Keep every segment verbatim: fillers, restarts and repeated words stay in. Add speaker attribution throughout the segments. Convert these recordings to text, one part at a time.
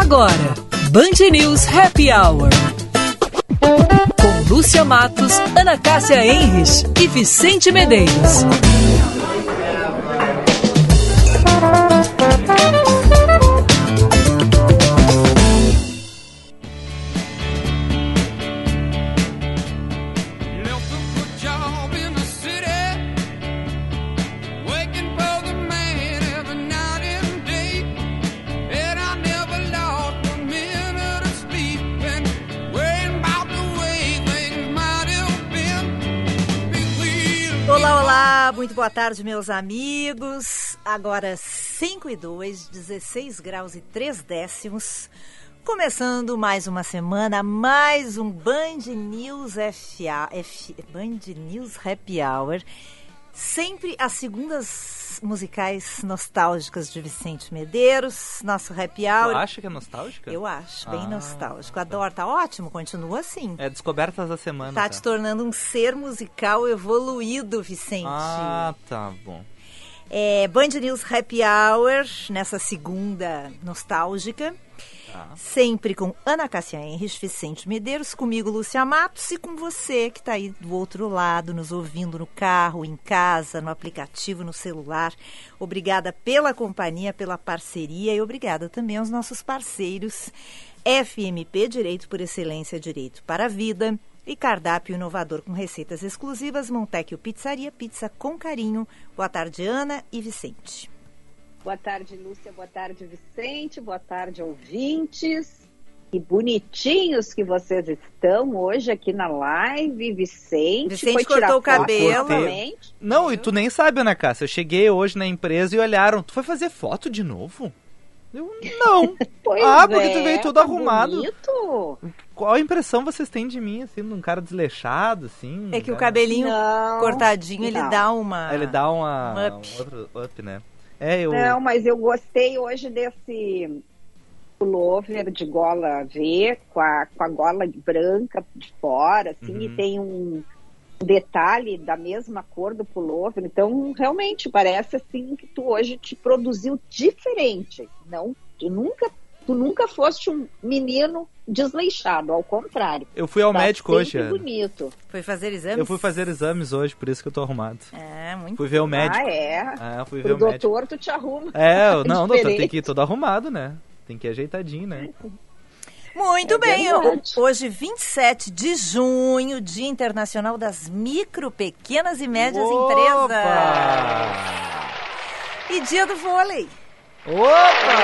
Speaker 1: Agora, Band News Happy Hour. Com Lúcia Matos, Ana Cássia Henrich e Vicente Medeiros.
Speaker 2: Olá, olá, muito boa tarde, meus amigos. Agora cinco e dois, dezesseis graus e três décimos. Começando mais uma semana, mais um Band News F A, F, Band News Happy Hour. Sempre às segundas musicais nostálgicas de Vicente Medeiros, nosso Happy Hour.
Speaker 3: Tu acha que é nostálgica?
Speaker 2: Eu acho, bem
Speaker 3: ah,
Speaker 2: nostálgico. Adoro, tá ótimo, continua assim.
Speaker 3: É descobertas da semana.
Speaker 2: Tá,
Speaker 3: tá
Speaker 2: te tornando um ser musical evoluído, Vicente.
Speaker 3: Ah, tá bom.
Speaker 2: É, Band News Happy Hour, nessa segunda nostálgica. Tá. Sempre com Ana Cássia Henrich, Vicente Medeiros, comigo, Lúcia Matos, e com você que está aí do outro lado, nos ouvindo no carro, em casa, no aplicativo, no celular. Obrigada pela companhia, pela parceria e obrigada também aos nossos parceiros F M P, Direito por Excelência, Direito para a Vida, e cardápio inovador com receitas exclusivas, Montecchio Pizzaria, pizza com carinho. Boa tarde, Ana e Vicente.
Speaker 4: Boa tarde, Lúcia. Boa tarde, Vicente. Boa tarde, ouvintes. Que bonitinhos que vocês estão hoje aqui na live, Vicente.
Speaker 2: Vicente
Speaker 4: foi
Speaker 2: cortou
Speaker 4: tirar
Speaker 2: o cabelo.
Speaker 3: Não, e tu nem sabe, Ana Cássia. Eu cheguei hoje na empresa e olharam. Tu foi fazer foto de novo? Eu, não.
Speaker 4: Pois
Speaker 3: ah,
Speaker 4: é,
Speaker 3: porque tu veio todo
Speaker 4: tá
Speaker 3: arrumado.
Speaker 4: Bonito.
Speaker 3: Qual a impressão vocês têm de mim, assim, num cara desleixado, assim?
Speaker 2: É que
Speaker 3: cara...
Speaker 2: o cabelinho
Speaker 4: não,
Speaker 2: cortadinho,
Speaker 4: não.
Speaker 2: ele dá uma...
Speaker 3: Ele dá uma...
Speaker 2: Um up.
Speaker 3: Um outro up, né? É, eu...
Speaker 4: Não, mas eu gostei hoje desse pullover de gola V, com a, com a gola branca de fora, assim, uhum. E tem um detalhe da mesma cor do pullover. Então, realmente, parece assim que tu hoje te produziu diferente. Não, tu nunca, tu nunca foste um menino desleixado, ao contrário.
Speaker 3: Eu fui ao
Speaker 4: tá
Speaker 3: médico hoje.
Speaker 4: Bonito.
Speaker 2: Foi fazer exames?
Speaker 3: Eu fui fazer exames hoje, por isso que eu tô arrumado.
Speaker 2: É, muito
Speaker 3: Fui ver o médico.
Speaker 4: Ah, é?
Speaker 3: Ah, fui
Speaker 4: Pro
Speaker 3: ver o
Speaker 4: doutor,
Speaker 3: médico.
Speaker 4: tu te arruma.
Speaker 3: É, não, doutor, tem que ir todo arrumado, né? Tem que ir ajeitadinho, né?
Speaker 2: Muito
Speaker 4: é
Speaker 2: bem,
Speaker 4: verdade.
Speaker 2: Hoje, vinte e sete de junho, Dia Internacional das Micro, Pequenas e Médias
Speaker 3: Opa!
Speaker 2: Empresas. E Dia do Vôlei.
Speaker 3: Opa!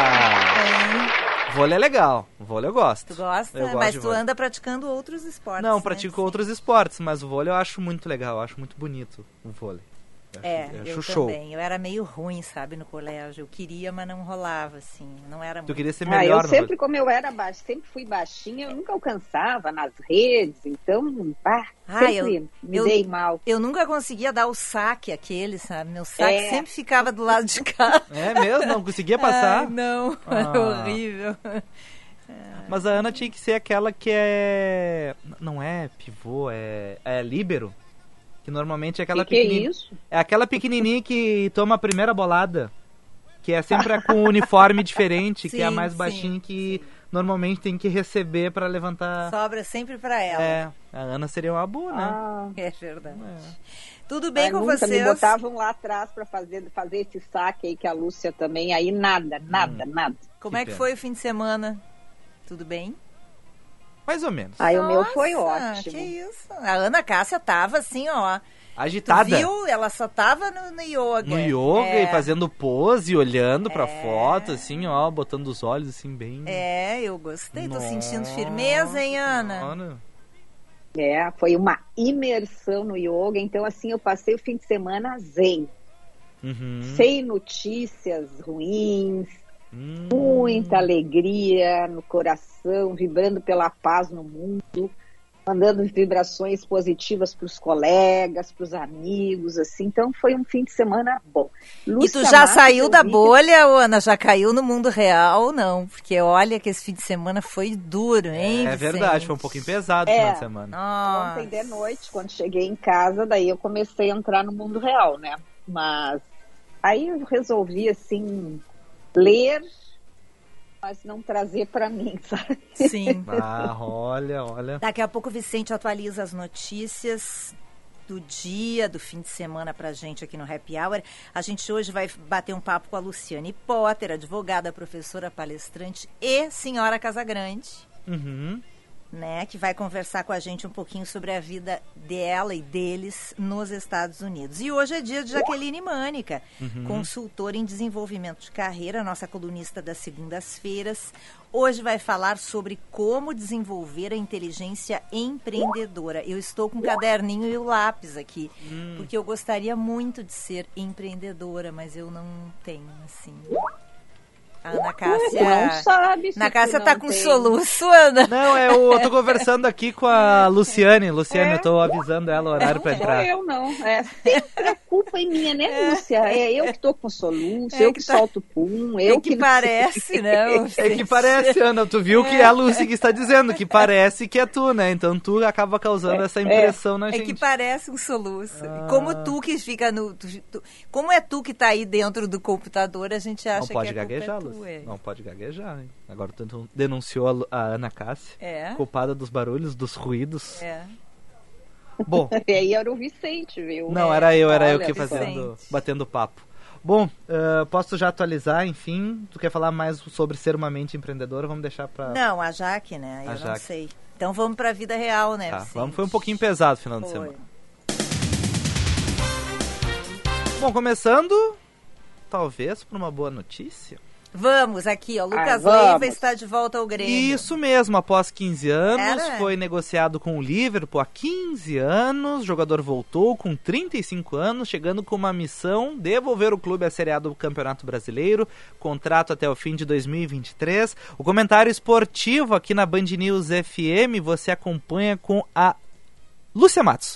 Speaker 2: É.
Speaker 3: Vôlei é legal, vôlei eu gosto.
Speaker 2: Tu gosta?
Speaker 3: Eu gosto
Speaker 2: mas
Speaker 3: de
Speaker 2: tu
Speaker 3: vôlei.
Speaker 2: anda praticando outros esportes.
Speaker 3: Não,
Speaker 2: né?
Speaker 3: pratico outros esportes, mas o vôlei eu acho muito legal, eu acho muito bonito o vôlei. Eu acho,
Speaker 2: É,
Speaker 3: eu,
Speaker 2: eu
Speaker 3: acho show.
Speaker 2: também. Eu era meio ruim, sabe, no colégio. Eu queria, mas não rolava, assim. Não era
Speaker 3: Tu
Speaker 2: muito.
Speaker 3: queria ser
Speaker 4: Ah,
Speaker 3: melhor
Speaker 4: eu sempre,
Speaker 3: no
Speaker 4: como eu era baixa, sempre fui baixinha, eu nunca alcançava nas redes, então, pá,
Speaker 2: Ah,
Speaker 4: sempre
Speaker 2: eu-
Speaker 4: me
Speaker 2: eu-
Speaker 4: dei mal.
Speaker 2: Eu nunca conseguia dar o saque aquele, sabe? Meu saque
Speaker 4: É.
Speaker 2: sempre ficava do lado de cá.
Speaker 3: É mesmo? Não conseguia passar?
Speaker 2: Ai, não,
Speaker 3: Ah.
Speaker 2: era horrível.
Speaker 3: Mas a Ana tinha que ser aquela que é... Não é pivô, é, é líbero. Que normalmente é aquela
Speaker 4: Que que é
Speaker 3: pequenininha.
Speaker 4: isso?
Speaker 3: É aquela pequenininha que toma a primeira bolada. Que é sempre a com um uniforme diferente, que é a
Speaker 2: Sim,
Speaker 3: mais
Speaker 2: sim,
Speaker 3: baixinha que normalmente tem que receber pra levantar.
Speaker 2: Sobra sempre pra ela.
Speaker 3: É, a Ana seria uma boa, né?
Speaker 4: Ah,
Speaker 2: É verdade.
Speaker 3: É.
Speaker 2: Tudo bem
Speaker 4: ah,
Speaker 2: com
Speaker 4: nunca
Speaker 2: vocês?
Speaker 4: me botavam lá atrás pra fazer, fazer esse saque aí que a Lúcia também, aí nada, nada,
Speaker 3: Hum.
Speaker 4: nada.
Speaker 2: Como
Speaker 3: Que
Speaker 2: é que
Speaker 3: pena.
Speaker 2: foi o fim de semana? Tudo bem?
Speaker 3: Mais ou menos.
Speaker 4: Aí o meu
Speaker 2: Nossa,
Speaker 4: foi ótimo.
Speaker 2: Que isso. A Ana Cássia tava assim, ó.
Speaker 3: Agitada.
Speaker 2: Tu viu? Ela só tava no, no yoga.
Speaker 3: No yoga
Speaker 2: é,
Speaker 3: e fazendo pose, olhando pra
Speaker 2: É.
Speaker 3: foto, assim, ó, botando os olhos assim bem...
Speaker 2: É, eu gostei. Tô
Speaker 3: Nossa,
Speaker 2: sentindo firmeza, hein, Ana?
Speaker 3: Ana?
Speaker 4: É, foi uma imersão no yoga, então assim, eu passei o fim de semana zen,
Speaker 3: Uhum.
Speaker 4: sem notícias ruins,
Speaker 3: Hum.
Speaker 4: muita alegria no coração, vibrando pela paz no mundo, mandando vibrações positivas para os colegas, para os amigos, assim. Então foi um fim de semana bom. Lúcia
Speaker 2: E tu já
Speaker 4: Matos,
Speaker 2: saiu
Speaker 4: eu
Speaker 2: da
Speaker 4: vi que-
Speaker 2: bolha, ô, Ana? Já caiu no mundo real? Não, porque olha que esse fim de semana foi duro, hein,
Speaker 3: É
Speaker 2: Vicente?
Speaker 3: verdade, foi um pouquinho pesado o
Speaker 4: É.
Speaker 3: final de semana.
Speaker 2: Nossa.
Speaker 4: Ontem de noite, quando cheguei em casa, daí eu comecei a entrar no mundo real, né? Mas aí eu resolvi, assim, ler Mas não trazer para mim, sabe?
Speaker 2: Sim.
Speaker 3: Ah, olha, olha.
Speaker 2: Daqui a pouco o Vicente atualiza as notícias do dia, do fim de semana pra gente aqui no Happy Hour. A gente hoje vai bater um papo com a Luciane Potter, advogada, professora, palestrante e senhora Casagrande.
Speaker 3: Uhum.
Speaker 2: Né, que vai conversar com a gente um pouquinho sobre a vida dela e deles nos Estados Unidos. E hoje é dia de Jaqueline Mânica, uhum. consultora em desenvolvimento de carreira, nossa colunista das segundas-feiras. Hoje vai falar sobre como desenvolver a inteligência empreendedora. Eu estou com o caderninho e o lápis aqui, hum. porque eu gostaria muito de ser empreendedora, mas eu não tenho, assim... A Ana Cássia...
Speaker 4: Não sabe se
Speaker 2: Ana Cássia tá com
Speaker 4: tem.
Speaker 2: soluço, Ana.
Speaker 3: Não, é eu tô conversando aqui com a Luciane. Luciane, é. eu tô avisando ela o horário
Speaker 4: não,
Speaker 3: pra entrar.
Speaker 4: Não, eu não. É, sempre a culpa é minha, né, é. Lúcia? É eu que tô com soluço, é eu que, que tá... solto pum, eu
Speaker 2: é que... que parece, né?
Speaker 3: É que parece, Ana. Tu viu é. que a Lúcia que está dizendo, que parece que é tu, né? Então tu acaba causando é. essa impressão
Speaker 2: é.
Speaker 3: na gente.
Speaker 2: É que parece um soluço.
Speaker 3: Ah.
Speaker 2: Como tu que fica no... Tu, tu, como é tu que tá aí dentro do computador, a gente acha
Speaker 3: não pode
Speaker 2: que é
Speaker 3: gaguejar,
Speaker 2: culpa é
Speaker 3: Lúcia.
Speaker 2: É.
Speaker 3: Não pode gaguejar, hein? Agora tu denunciou a Ana Cássia,
Speaker 2: é.
Speaker 3: culpada dos barulhos, dos ruídos.
Speaker 2: É.
Speaker 3: Bom.
Speaker 4: E aí era o Vicente, viu?
Speaker 3: Não,
Speaker 4: é.
Speaker 3: era eu, era
Speaker 4: Olha,
Speaker 3: eu que fazendo, batendo papo. Bom, uh, posso já atualizar, enfim? Tu quer falar mais sobre ser uma mente empreendedora? Vamos deixar pra...
Speaker 2: Não, a Jaque, né? Eu
Speaker 3: a
Speaker 2: não
Speaker 3: Jaque.
Speaker 2: sei. Então vamos pra vida real, né,
Speaker 3: tá,
Speaker 2: Vicente?
Speaker 3: vamos, foi um pouquinho pesado o final
Speaker 2: foi.
Speaker 3: de semana. Bom, começando, talvez por uma boa notícia.
Speaker 2: Vamos, aqui, ó. Lucas
Speaker 4: ah,
Speaker 2: Leiva está de volta ao Grêmio.
Speaker 3: Isso mesmo, após quinze anos,
Speaker 2: Era?
Speaker 3: foi negociado com o Liverpool há quinze anos. O jogador voltou com trinta e cinco anos, chegando com uma missão: devolver o clube à Série A do Campeonato Brasileiro. Contrato até o fim de dois mil e vinte e três. O comentário esportivo aqui na Band News F M você acompanha com a Lúcia Matos.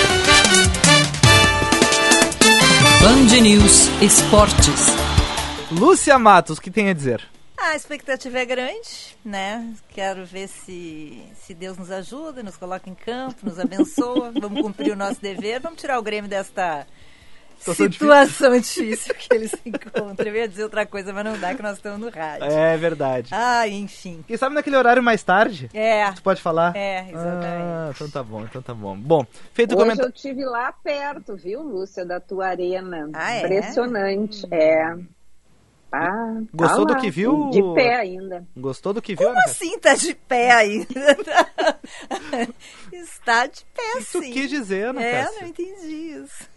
Speaker 1: Band News Esportes.
Speaker 3: Lúcia Matos, o que tem a dizer?
Speaker 2: Ah, a expectativa é grande, né? Quero ver se, se Deus nos ajuda, nos coloca em campo, nos abençoa. Vamos cumprir o nosso dever, vamos tirar o Grêmio desta situação, situação difícil. difícil que eles se encontram. Eu ia dizer outra coisa, mas não dá, que nós estamos no rádio.
Speaker 3: É verdade.
Speaker 2: Ah, enfim.
Speaker 3: E sabe naquele horário mais tarde?
Speaker 2: É.
Speaker 3: Tu pode falar?
Speaker 2: É, exatamente.
Speaker 3: Ah, então tá bom, então tá bom. Bom, feito o
Speaker 4: Hoje
Speaker 3: comentário...
Speaker 4: eu estive lá perto, viu, Lúcia, da tua arena.
Speaker 2: Ah, é?
Speaker 4: Impressionante. É. Ah,
Speaker 3: Gostou
Speaker 4: tá
Speaker 3: do que viu?
Speaker 4: De pé ainda.
Speaker 3: Gostou do que viu?
Speaker 2: Como assim tá de pé ainda? Está de pé,
Speaker 3: sim. O que tu quis dizer, Ana
Speaker 2: É,
Speaker 3: Cássia?
Speaker 2: não entendi isso.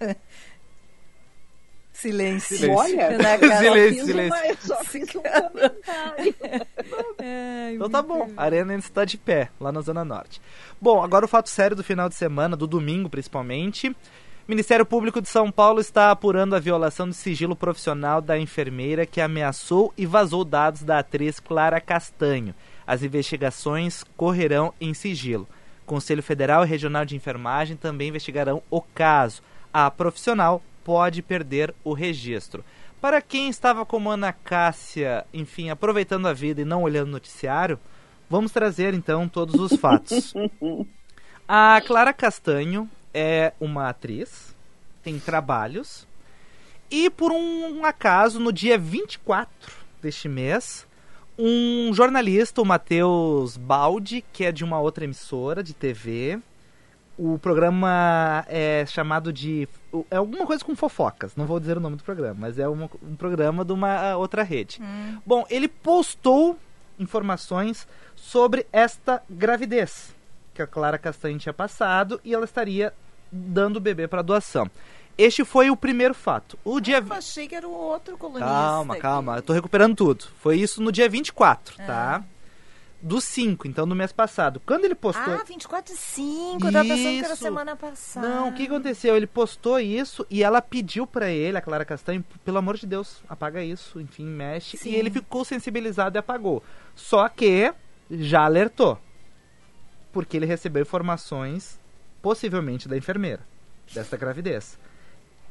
Speaker 2: Silêncio.
Speaker 3: Silêncio.
Speaker 4: Olha,
Speaker 3: silêncio,
Speaker 4: só
Speaker 3: silêncio.
Speaker 4: Uma, eu só fiz um comentário.
Speaker 2: É,
Speaker 3: então tá bom, a arena ainda está de pé, lá na Zona Norte. Bom, agora o fato sério do final de semana, do domingo principalmente. O Ministério Público de São Paulo está apurando a violação do sigilo profissional da enfermeira que ameaçou e vazou dados da atriz Clara Castanho. As investigações correrão em sigilo. O Conselho Federal e Regional de Enfermagem também investigarão o caso. A profissional pode perder o registro. Para quem estava como Ana Cássia, enfim, aproveitando a vida e não olhando o noticiário, vamos trazer então todos os fatos. A Clara Castanho é uma atriz, tem trabalhos, e por um acaso, no dia vinte e quatro deste mês, um jornalista, o Matheus Baldi, que é de uma outra emissora de T V, o programa é chamado de... é alguma coisa com fofocas, não vou dizer o nome do programa, mas é uma, um programa de uma outra rede. Hum. Bom, ele postou informações sobre esta gravidez que a Clara Castanho tinha passado e ela estaria dando o bebê para doação. Este foi o primeiro fato. O dia...
Speaker 2: Eu achei que era o outro colunista.
Speaker 3: Calma,
Speaker 2: aqui.
Speaker 3: calma. Eu tô recuperando tudo. Foi isso no dia vinte e quatro, ah. tá? Do cinco, então, do mês passado. Quando ele postou...
Speaker 2: Ah, vinte e quatro de cinco. Eu tava pensando que era semana passada.
Speaker 3: Não, o que aconteceu? Ele postou isso e ela pediu pra ele, a Clara Castanho, pelo amor de Deus, apaga isso. Enfim, mexe. Sim. E ele ficou sensibilizado e apagou. Só que já alertou. Porque ele recebeu informações, possivelmente da enfermeira, desta gravidez.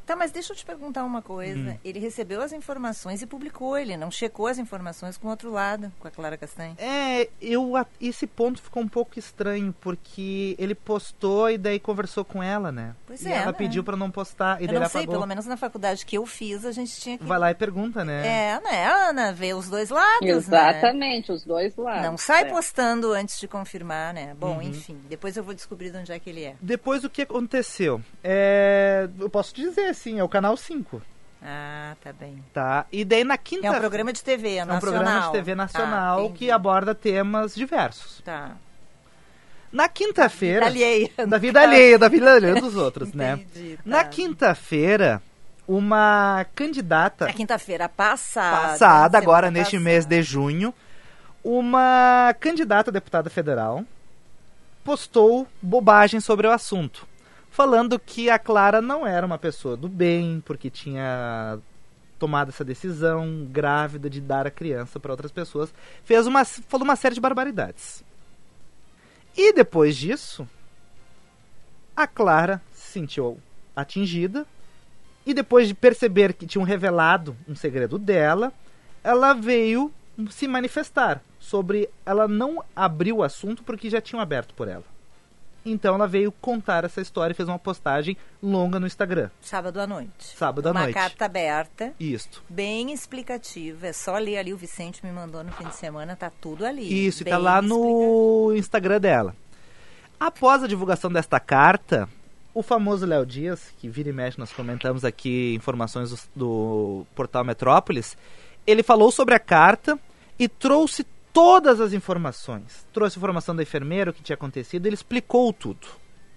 Speaker 2: Tá, mas deixa eu te perguntar uma coisa.
Speaker 3: Hum.
Speaker 2: Ele recebeu as informações e publicou, ele não checou as informações com o outro lado, com a Clara Castanho.
Speaker 3: É, eu, esse ponto ficou um pouco estranho, porque ele postou e daí conversou com ela, né?
Speaker 2: Pois
Speaker 3: e
Speaker 2: é,
Speaker 3: ela
Speaker 2: né?
Speaker 3: pediu pra não postar. E
Speaker 2: Eu
Speaker 3: daí
Speaker 2: não
Speaker 3: ela
Speaker 2: sei,
Speaker 3: apagou.
Speaker 2: pelo menos na faculdade que eu fiz, a gente tinha que...
Speaker 3: Vai lá e pergunta, né?
Speaker 2: É, né, Ana? Vê os dois lados,
Speaker 4: Exatamente,
Speaker 2: né?
Speaker 4: os dois lados.
Speaker 2: Não sai
Speaker 4: é.
Speaker 2: postando antes de confirmar, né? Bom,
Speaker 3: Uhum.
Speaker 2: enfim, depois eu vou descobrir de onde é que ele é.
Speaker 3: Depois o que aconteceu? É, eu posso dizer, sim, é o Canal cinco.
Speaker 2: Ah, tá bem.
Speaker 3: Tá? E daí na quinta...
Speaker 2: É um programa de T V
Speaker 3: É um
Speaker 2: nacional.
Speaker 3: programa de T V nacional
Speaker 2: Tá, entendi.
Speaker 3: que aborda temas diversos.
Speaker 2: Tá.
Speaker 3: Na quinta-feira...
Speaker 2: Da alheia.
Speaker 3: Da vida alheia, da vida alheia dos outros, né?
Speaker 2: Entendi, tá.
Speaker 3: Na quinta-feira, uma candidata...
Speaker 2: Na quinta-feira passada.
Speaker 3: passada, agora
Speaker 2: semana
Speaker 3: neste
Speaker 2: passada.
Speaker 3: mês de junho, uma candidata a deputada federal postou bobagem sobre o assunto, falando que a Clara não era uma pessoa do bem, porque tinha tomado essa decisão grávida de dar a criança para outras pessoas. Fez uma, falou uma série de barbaridades. E depois disso, a Clara se sentiu atingida e depois de perceber que tinham revelado um segredo dela, ela veio se manifestar sobre... Ela não abriu o assunto porque já tinham aberto por ela. Então ela veio contar essa história e fez uma postagem longa no Instagram.
Speaker 2: Sábado à noite.
Speaker 3: Sábado à
Speaker 2: uma
Speaker 3: noite.
Speaker 2: Uma carta aberta.
Speaker 3: Isto.
Speaker 2: Bem explicativa. É só ler ali. O Vicente me mandou no fim de semana. Tá tudo ali.
Speaker 3: Isso, e
Speaker 2: bem
Speaker 3: tá lá no Instagram dela. Após a divulgação desta carta, o famoso Léo Dias, que vira e mexe, nós comentamos aqui informações do, do portal Metrópolis, ele falou sobre a carta e trouxe todas as informações. Trouxe informação da enfermeira, o que tinha acontecido, ele explicou tudo.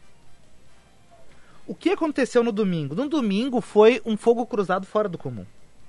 Speaker 3: O que aconteceu no domingo? No domingo foi um fogo cruzado fora do comum.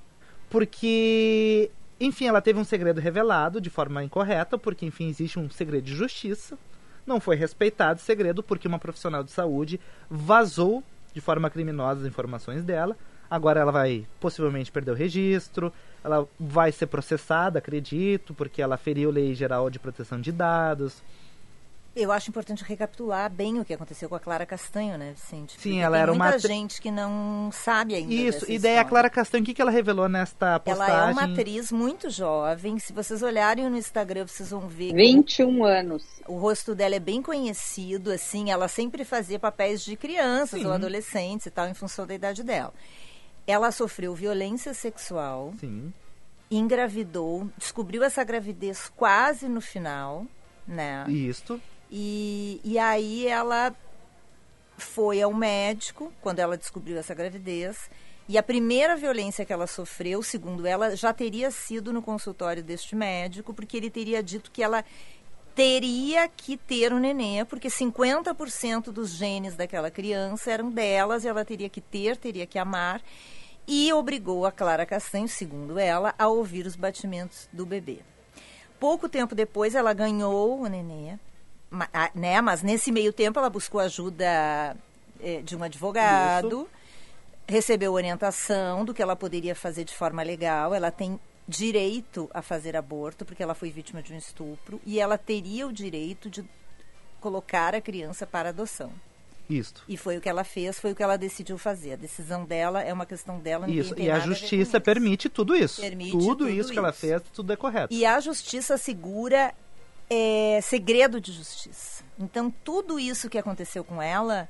Speaker 3: Porque, enfim, ela teve um segredo revelado de forma incorreta, porque, enfim, existe um segredo de justiça. Não foi respeitado o segredo porque uma profissional de saúde vazou de forma criminosa as informações dela. Agora ela vai possivelmente perder o registro, ela vai ser processada, acredito, porque ela feriu a Lei Geral de Proteção de Dados.
Speaker 2: Eu acho importante recapitular bem o que aconteceu com a Clara Castanho, né, Vicente?
Speaker 3: Sim,
Speaker 2: Porque
Speaker 3: ela
Speaker 2: tem
Speaker 3: era
Speaker 2: muita
Speaker 3: uma...
Speaker 2: gente que não sabe ainda
Speaker 3: Isso,
Speaker 2: dessa
Speaker 3: e daí a
Speaker 2: história.
Speaker 3: Clara Castanho, o que, que ela revelou nesta postagem?
Speaker 2: Ela é uma atriz muito jovem. Se vocês olharem no Instagram, vocês vão ver...
Speaker 4: vinte e um anos.
Speaker 2: O rosto dela é bem conhecido, assim. Ela sempre fazia papéis de crianças
Speaker 3: Sim.
Speaker 2: ou adolescentes e tal, em função da idade dela. Ela sofreu violência sexual,
Speaker 3: Sim.
Speaker 2: engravidou, descobriu essa gravidez quase no final, né?
Speaker 3: Isto.
Speaker 2: E, e aí ela foi ao médico quando ela descobriu essa gravidez. E a primeira violência que ela sofreu, segundo ela, já teria sido no consultório deste médico, porque ele teria dito que ela teria que ter um neném, porque cinquenta por cento dos genes daquela criança eram delas, e ela teria que ter, teria que amar, e obrigou a Clara Castanho, segundo ela, a ouvir os batimentos do bebê. Pouco tempo depois, ela ganhou o neném, né? Mas nesse meio tempo ela buscou ajuda eh, de um advogado, Isso. recebeu orientação do que ela poderia fazer de forma legal. Ela tem direito a fazer aborto, porque ela foi vítima de um estupro, e ela teria o direito de colocar a criança para adoção.
Speaker 3: Isto.
Speaker 2: E foi o que ela fez, foi o que ela decidiu fazer. A decisão dela é uma questão dela.
Speaker 3: Isso, e a justiça a permite tudo isso.
Speaker 2: Permite
Speaker 3: tudo,
Speaker 2: tudo
Speaker 3: isso que
Speaker 2: isso.
Speaker 3: ela fez, tudo é correto.
Speaker 2: E a justiça assegura é, segredo de justiça. Então, tudo isso que aconteceu com ela,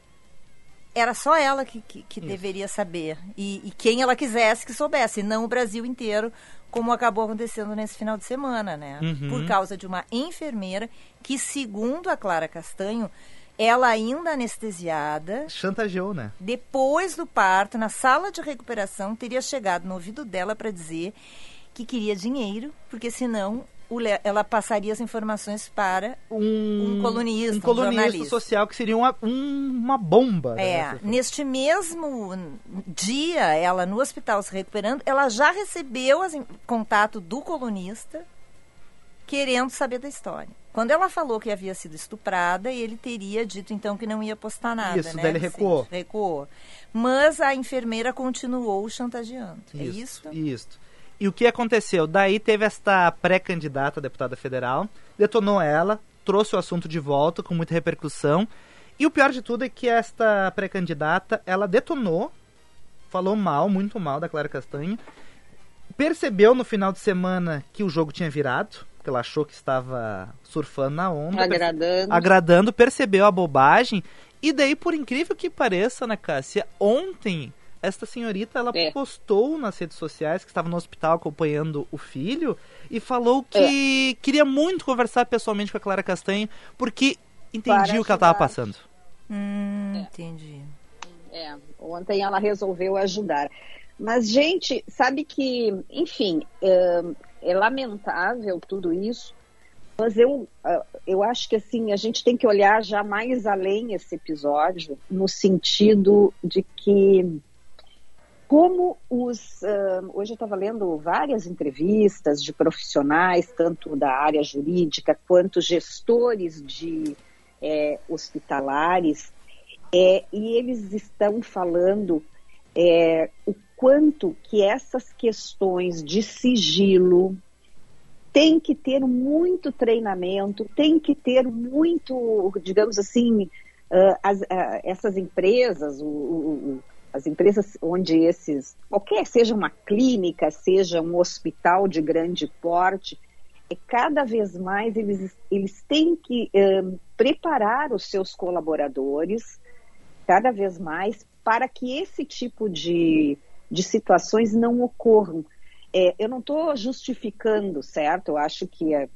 Speaker 2: era só ela que, que, que deveria saber. E, e quem ela quisesse que soubesse, e não o Brasil inteiro, como acabou acontecendo nesse final de semana, né?
Speaker 3: Uhum.
Speaker 2: Por causa de uma enfermeira que, segundo a Clara Castanho, ela ainda anestesiada,
Speaker 3: chantageou, né?
Speaker 2: Depois do parto, na sala de recuperação, teria chegado no ouvido dela para dizer que queria dinheiro, porque senão o, ela passaria as informações para um, um colunista,
Speaker 3: um colunista
Speaker 2: um
Speaker 3: social que seria uma, um, uma bomba.
Speaker 2: É,
Speaker 3: né?
Speaker 2: Neste mesmo dia, ela no hospital se recuperando, ela já recebeu o contato do colunista querendo saber da história. Quando ela falou que havia sido estuprada, ele teria dito, então, que não ia postar nada,
Speaker 3: isso,
Speaker 2: né?
Speaker 3: Daí ele recuou.
Speaker 2: Recuou. Mas a enfermeira continuou chantageando.
Speaker 3: Isso,
Speaker 2: é isso?
Speaker 3: Isso. E o que aconteceu? Daí teve esta pré-candidata a deputada federal, detonou ela, trouxe o assunto de volta com muita repercussão. E o pior de tudo é que esta pré-candidata, ela detonou falou mal, muito mal da Clara Castanho. Percebeu no final de semana que o jogo tinha virado, que ela achou que estava surfando na onda.
Speaker 4: Agradando.
Speaker 3: Perce... Agradando, percebeu a bobagem. E daí, por incrível que pareça, Ana Cássia, ontem, esta senhorita, ela é. postou nas redes sociais que estava no hospital acompanhando o filho e falou que é. queria muito conversar pessoalmente com a Clara Castanho, porque entendia o que ela estava passando.
Speaker 2: Hum, é. Entendi.
Speaker 4: É, ontem ela resolveu ajudar. Mas, gente, sabe que, enfim, é, é lamentável tudo isso, mas eu, eu acho que, assim, a gente tem que olhar já mais além esse episódio, no sentido de que, como os... Uh, hoje eu estava lendo várias entrevistas de profissionais, tanto da área jurídica quanto gestores de é, hospitalares, é, e eles estão falando é, o quanto que essas questões de sigilo tem que ter muito treinamento, tem que ter muito, digamos assim, uh, as, uh, essas empresas, o, o, as empresas onde esses, qualquer, seja uma clínica, seja um hospital de grande porte, é, cada vez mais eles, eles têm que uh, preparar os seus colaboradores, cada vez mais, para que esse tipo de, de situações não ocorram. É, eu não estou justificando, certo? Eu acho que é,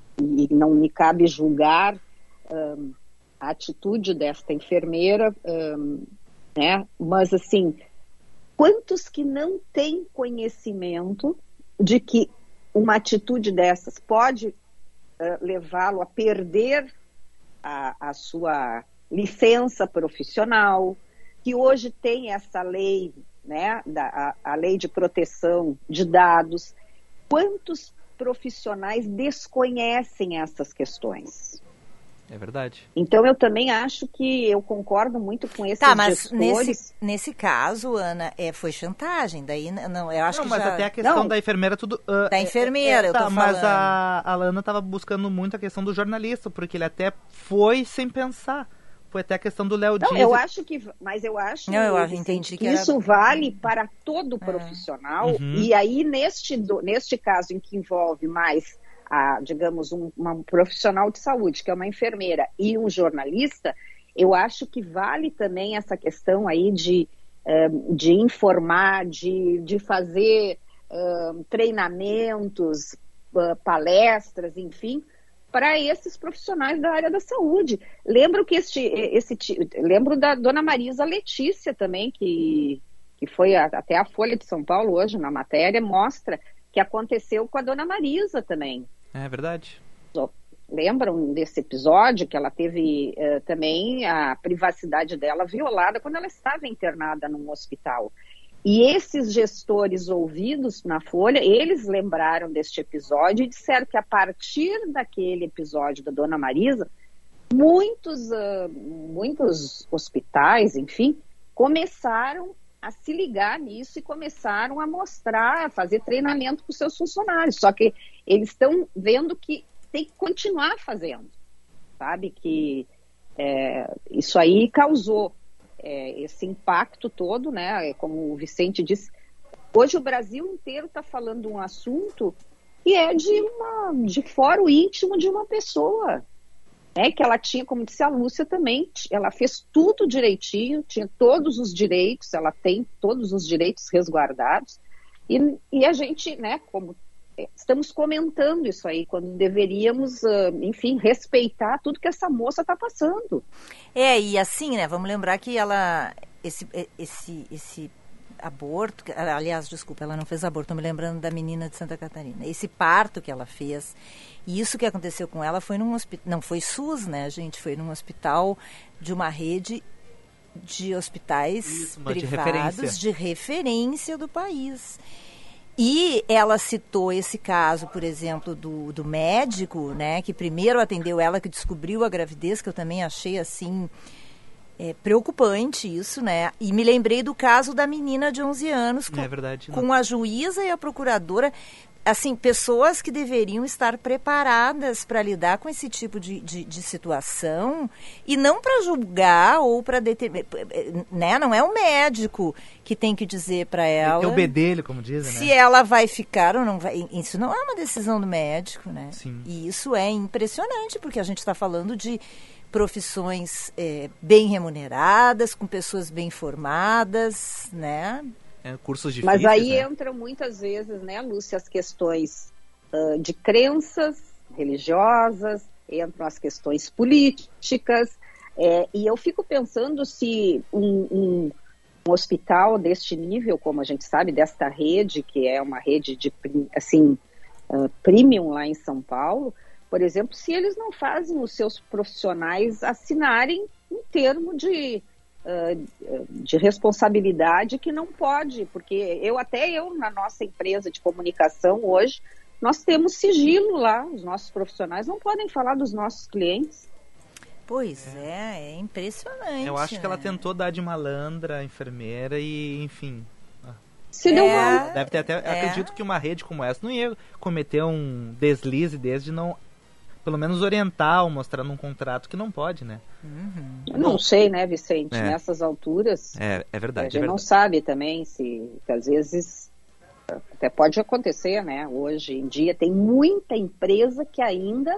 Speaker 4: e não me cabe julgar um, a atitude desta enfermeira, um, né? Mas, assim, quantos que não têm conhecimento de que uma atitude dessas pode uh, levá-lo a perder a, a sua licença profissional, que hoje tem essa lei, né, da, a, a lei de proteção de dados. Quantos profissionais desconhecem essas questões?
Speaker 3: É verdade.
Speaker 4: Então, eu também acho que eu concordo muito com esses
Speaker 2: tá, mas
Speaker 4: gestores.
Speaker 2: Nesse, nesse caso, Ana, é, foi chantagem. Daí, não, eu acho
Speaker 3: não,
Speaker 2: que
Speaker 3: mas
Speaker 2: já...
Speaker 3: até a questão
Speaker 2: não,
Speaker 3: da enfermeira, tudo... Uh,
Speaker 2: da enfermeira, é, é, eu tô
Speaker 3: tá,
Speaker 2: falando.
Speaker 3: Mas a, a Lana estava buscando muito a questão do jornalista, porque ele até foi sem pensar. Foi até a questão do Léo Dias.
Speaker 4: Não, eu acho que... Mas eu acho,
Speaker 2: não, eu acho, entendi
Speaker 4: que,
Speaker 2: que
Speaker 4: isso
Speaker 2: era...
Speaker 4: vale para todo profissional.
Speaker 3: Uhum.
Speaker 4: E aí, neste, neste caso em que envolve mais... A, digamos, um, uma, um profissional de saúde, que é uma enfermeira, e um jornalista, eu acho que vale também essa questão aí de, um, de informar, de, de fazer um, treinamentos, uh, palestras, enfim, para esses profissionais da área da saúde. Lembro que este, esse, lembro da dona Marisa Letícia também, que, que foi a, até a Folha de São Paulo hoje, na matéria, mostra que aconteceu com a dona Marisa também.
Speaker 3: É verdade.
Speaker 4: Lembram desse episódio que ela teve uh, também a privacidade dela violada quando ela estava internada num hospital. E esses gestores ouvidos na Folha, eles lembraram deste episódio e disseram que a partir daquele episódio da dona Marisa, muitos, uh, muitos hospitais, enfim, começaram a se ligar nisso e começaram a mostrar, a fazer treinamento para os seus funcionários. Só que eles estão vendo que tem que continuar fazendo, sabe? Que é, isso aí causou é, esse impacto todo, né? Como o Vicente disse, hoje o Brasil inteiro está falando um assunto que é de, uma, de fórum íntimo de uma pessoa. É, que ela tinha, como disse a Lúcia também, ela fez tudo direitinho, tinha todos os direitos, ela tem todos os direitos resguardados, e, e a gente, né, como estamos comentando isso aí, quando deveríamos, enfim, respeitar tudo que essa moça está passando.
Speaker 2: É, e assim, né, vamos lembrar que ela, esse, esse, esse aborto, aliás, desculpa, ela não fez aborto, estou me lembrando da menina de Santa Catarina, esse parto que ela fez, e isso que aconteceu com ela foi num hospital, não foi SUS, né, gente, foi num hospital de uma rede de hospitais isso, privados de referência. de referência do país. E ela citou esse caso, por exemplo, do, do médico, né, que primeiro atendeu ela, que descobriu a gravidez, que eu também achei, assim, é, preocupante isso, né? E me lembrei do caso da menina de onze anos, com,
Speaker 3: é verdade,
Speaker 2: com a juíza e a procuradora assim, pessoas que deveriam estar preparadas para lidar com esse tipo de, de, de situação e não para julgar ou para determinar, né? Não é o médico que tem que dizer para ela...
Speaker 3: É o bedelho, como dizem, né?
Speaker 2: Se ela vai ficar ou não vai... Isso não é uma decisão do médico, né?
Speaker 3: Sim.
Speaker 2: E isso é impressionante, porque a gente está falando de profissões é, bem remuneradas, com pessoas bem formadas, né?
Speaker 3: É, cursos difíceis,
Speaker 4: Mas aí
Speaker 3: né?
Speaker 4: entram muitas vezes, né, Lúcia, as questões uh, de crenças religiosas, entram as questões políticas, é, e eu fico pensando se um, um, um hospital deste nível, como a gente sabe, desta rede, que é uma rede de, assim, uh, premium lá em São Paulo, por exemplo, se eles não fazem os seus profissionais assinarem um termo de... Uh, de responsabilidade que não pode, porque eu até eu na nossa empresa de comunicação hoje, nós temos sigilo lá, os nossos profissionais não podem falar dos nossos clientes.
Speaker 2: Pois é, é impressionante.
Speaker 3: Eu acho que ela
Speaker 2: né?
Speaker 3: tentou dar de malandra, enfermeira e, enfim...
Speaker 4: Se deu mal.
Speaker 3: Deve ter até...
Speaker 2: É.
Speaker 3: Acredito que uma rede como essa não ia cometer um deslize desde não... Pelo menos orientar ou mostrar num contrato que não pode, né?
Speaker 2: Uhum.
Speaker 4: Eu não sei, né, Vicente,
Speaker 3: É.
Speaker 4: nessas alturas,
Speaker 3: É, é verdade.
Speaker 4: a
Speaker 3: é
Speaker 4: gente não
Speaker 3: verdade.
Speaker 4: sabe também se, que às vezes, até pode acontecer, né, hoje em dia tem muita empresa que ainda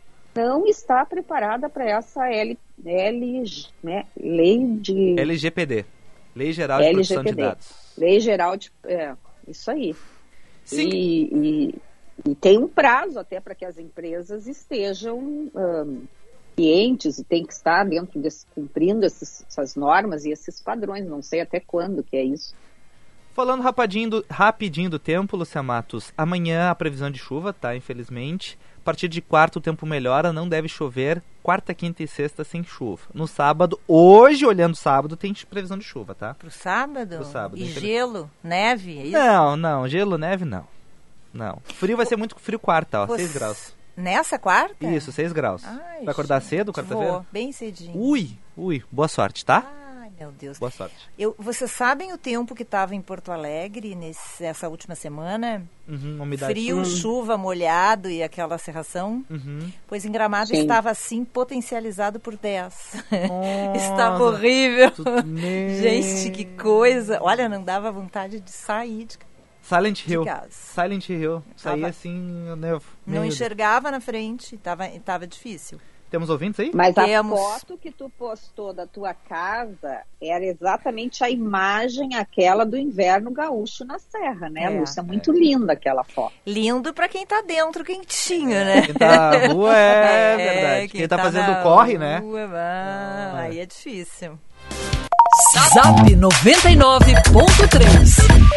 Speaker 4: não está preparada para essa L, L, né, lei de...
Speaker 3: L G P D. Lei Geral de Proteção de Dados.
Speaker 4: Lei Geral de... É, isso aí.
Speaker 3: Sim.
Speaker 4: E, e, e tem um prazo até para que as empresas estejam um, cientes e tem que estar dentro desse, cumprindo esses, essas normas e esses padrões. Não sei até quando que é isso.
Speaker 3: Falando rapidinho do, rapidinho do tempo, Lúcia Matos, amanhã a previsão de chuva, tá? Infelizmente. A partir de quarta o tempo melhora, não deve chover. Quarta, quinta e sexta sem chuva. No sábado, hoje, olhando sábado, tem previsão de chuva, tá?
Speaker 2: Pro sábado?
Speaker 3: Pro sábado,
Speaker 2: E
Speaker 3: infeliz-
Speaker 2: gelo? Neve? É isso?
Speaker 3: Não, não, gelo, neve, não. Não. Frio vai ser muito frio quarta, ó,
Speaker 2: Você-
Speaker 3: seis graus.
Speaker 2: Nessa quarta?
Speaker 3: Isso, seis graus.
Speaker 2: Ai,
Speaker 3: Vai acordar
Speaker 2: gente,
Speaker 3: cedo, quarta-feira?
Speaker 2: Vou, bem cedinho.
Speaker 3: Ui, ui, boa sorte, tá?
Speaker 2: Ai, meu Deus.
Speaker 3: Boa sorte.
Speaker 2: Eu, vocês sabem o tempo que estava em Porto Alegre nesse, nessa última semana?
Speaker 3: Uhum, umidade.
Speaker 2: Frio, chuva, molhado e aquela serração?
Speaker 3: Uhum.
Speaker 2: Pois em Gramado
Speaker 4: Sim.
Speaker 2: estava assim potencializado por dez.
Speaker 3: Nossa.
Speaker 2: Estava horrível.
Speaker 3: Tu- Meu.
Speaker 2: Gente, que coisa. Olha, não dava vontade de sair de casa.
Speaker 3: Silent Hill.
Speaker 2: casa.
Speaker 3: Silent Hill. Saía
Speaker 2: Tava-
Speaker 3: assim, né?
Speaker 2: Não
Speaker 3: meio-
Speaker 2: enxergava na frente, estava tava difícil.
Speaker 3: Temos ouvintes aí?
Speaker 4: Mas
Speaker 2: Temos.
Speaker 4: a foto que tu postou da tua casa era exatamente a imagem aquela do inverno gaúcho na serra, né,
Speaker 2: É,
Speaker 4: Lúcia? Muito linda aquela foto.
Speaker 2: Lindo para quem tá dentro, quentinho, né?
Speaker 3: Quem tá na rua é, verdade. Quem, tá, fazendo
Speaker 2: na
Speaker 3: corre, né?
Speaker 2: rua, ah,
Speaker 3: Ah, é.
Speaker 2: aí é difícil.
Speaker 1: Zap noventa e nove ponto três.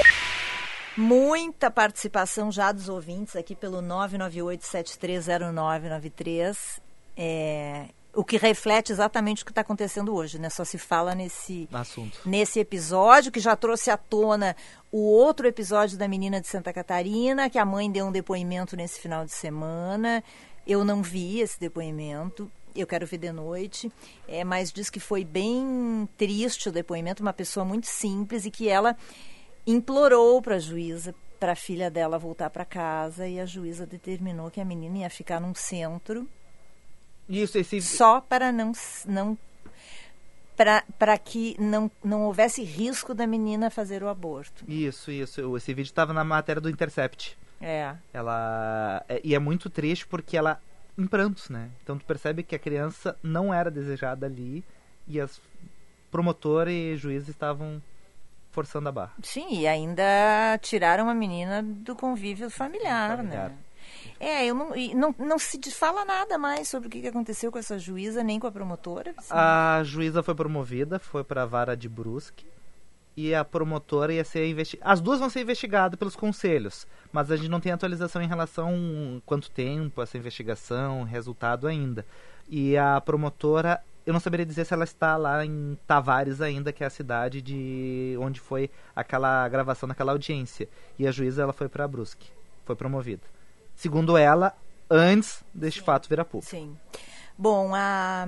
Speaker 2: Muita participação já dos ouvintes aqui pelo nove nove oito sete três zero nove nove três. É, o que reflete exatamente o que está acontecendo hoje, né? Só se fala nesse,
Speaker 3: Assunto.
Speaker 2: nesse episódio, que já trouxe à tona o outro episódio da menina de Santa Catarina, que a mãe deu um depoimento nesse final de semana. Eu não vi esse depoimento. Eu quero ver de noite, é, mas diz que foi bem triste o depoimento, uma pessoa muito simples e que ela implorou para a juíza, para a filha dela voltar para casa, e a juíza determinou que a menina ia ficar num centro
Speaker 3: Isso, esse...
Speaker 2: só para não não para que não, não houvesse risco da menina fazer o aborto.
Speaker 3: Isso, isso. Esse vídeo estava na matéria do Intercept.
Speaker 2: É.
Speaker 3: Ela... é- E é muito triste porque ela... Em prantos, né? Então tu percebe que a criança não era desejada ali e as promotora e juízes estavam forçando a barra.
Speaker 2: Sim, e ainda tiraram a menina do convívio familiar,
Speaker 3: Familiar.
Speaker 2: né? É, eu não, e não, não se fala nada mais sobre o que aconteceu com essa juíza, nem com a promotora. Assim.
Speaker 3: A juíza foi promovida, foi para a vara de Brusque, e a promotora ia ser investigada. As duas vão ser investigadas pelos conselhos, mas a gente não tem atualização em relação a quanto tempo essa investigação, resultado ainda. E a promotora, eu não saberia dizer se ela está lá em Tavares ainda, que é a cidade de onde foi aquela gravação daquela audiência. E a juíza, ela foi para Brusque, foi promovida. Segundo ela, antes deste
Speaker 2: Sim.
Speaker 3: fato vir a público.
Speaker 2: Sim. Bom, a,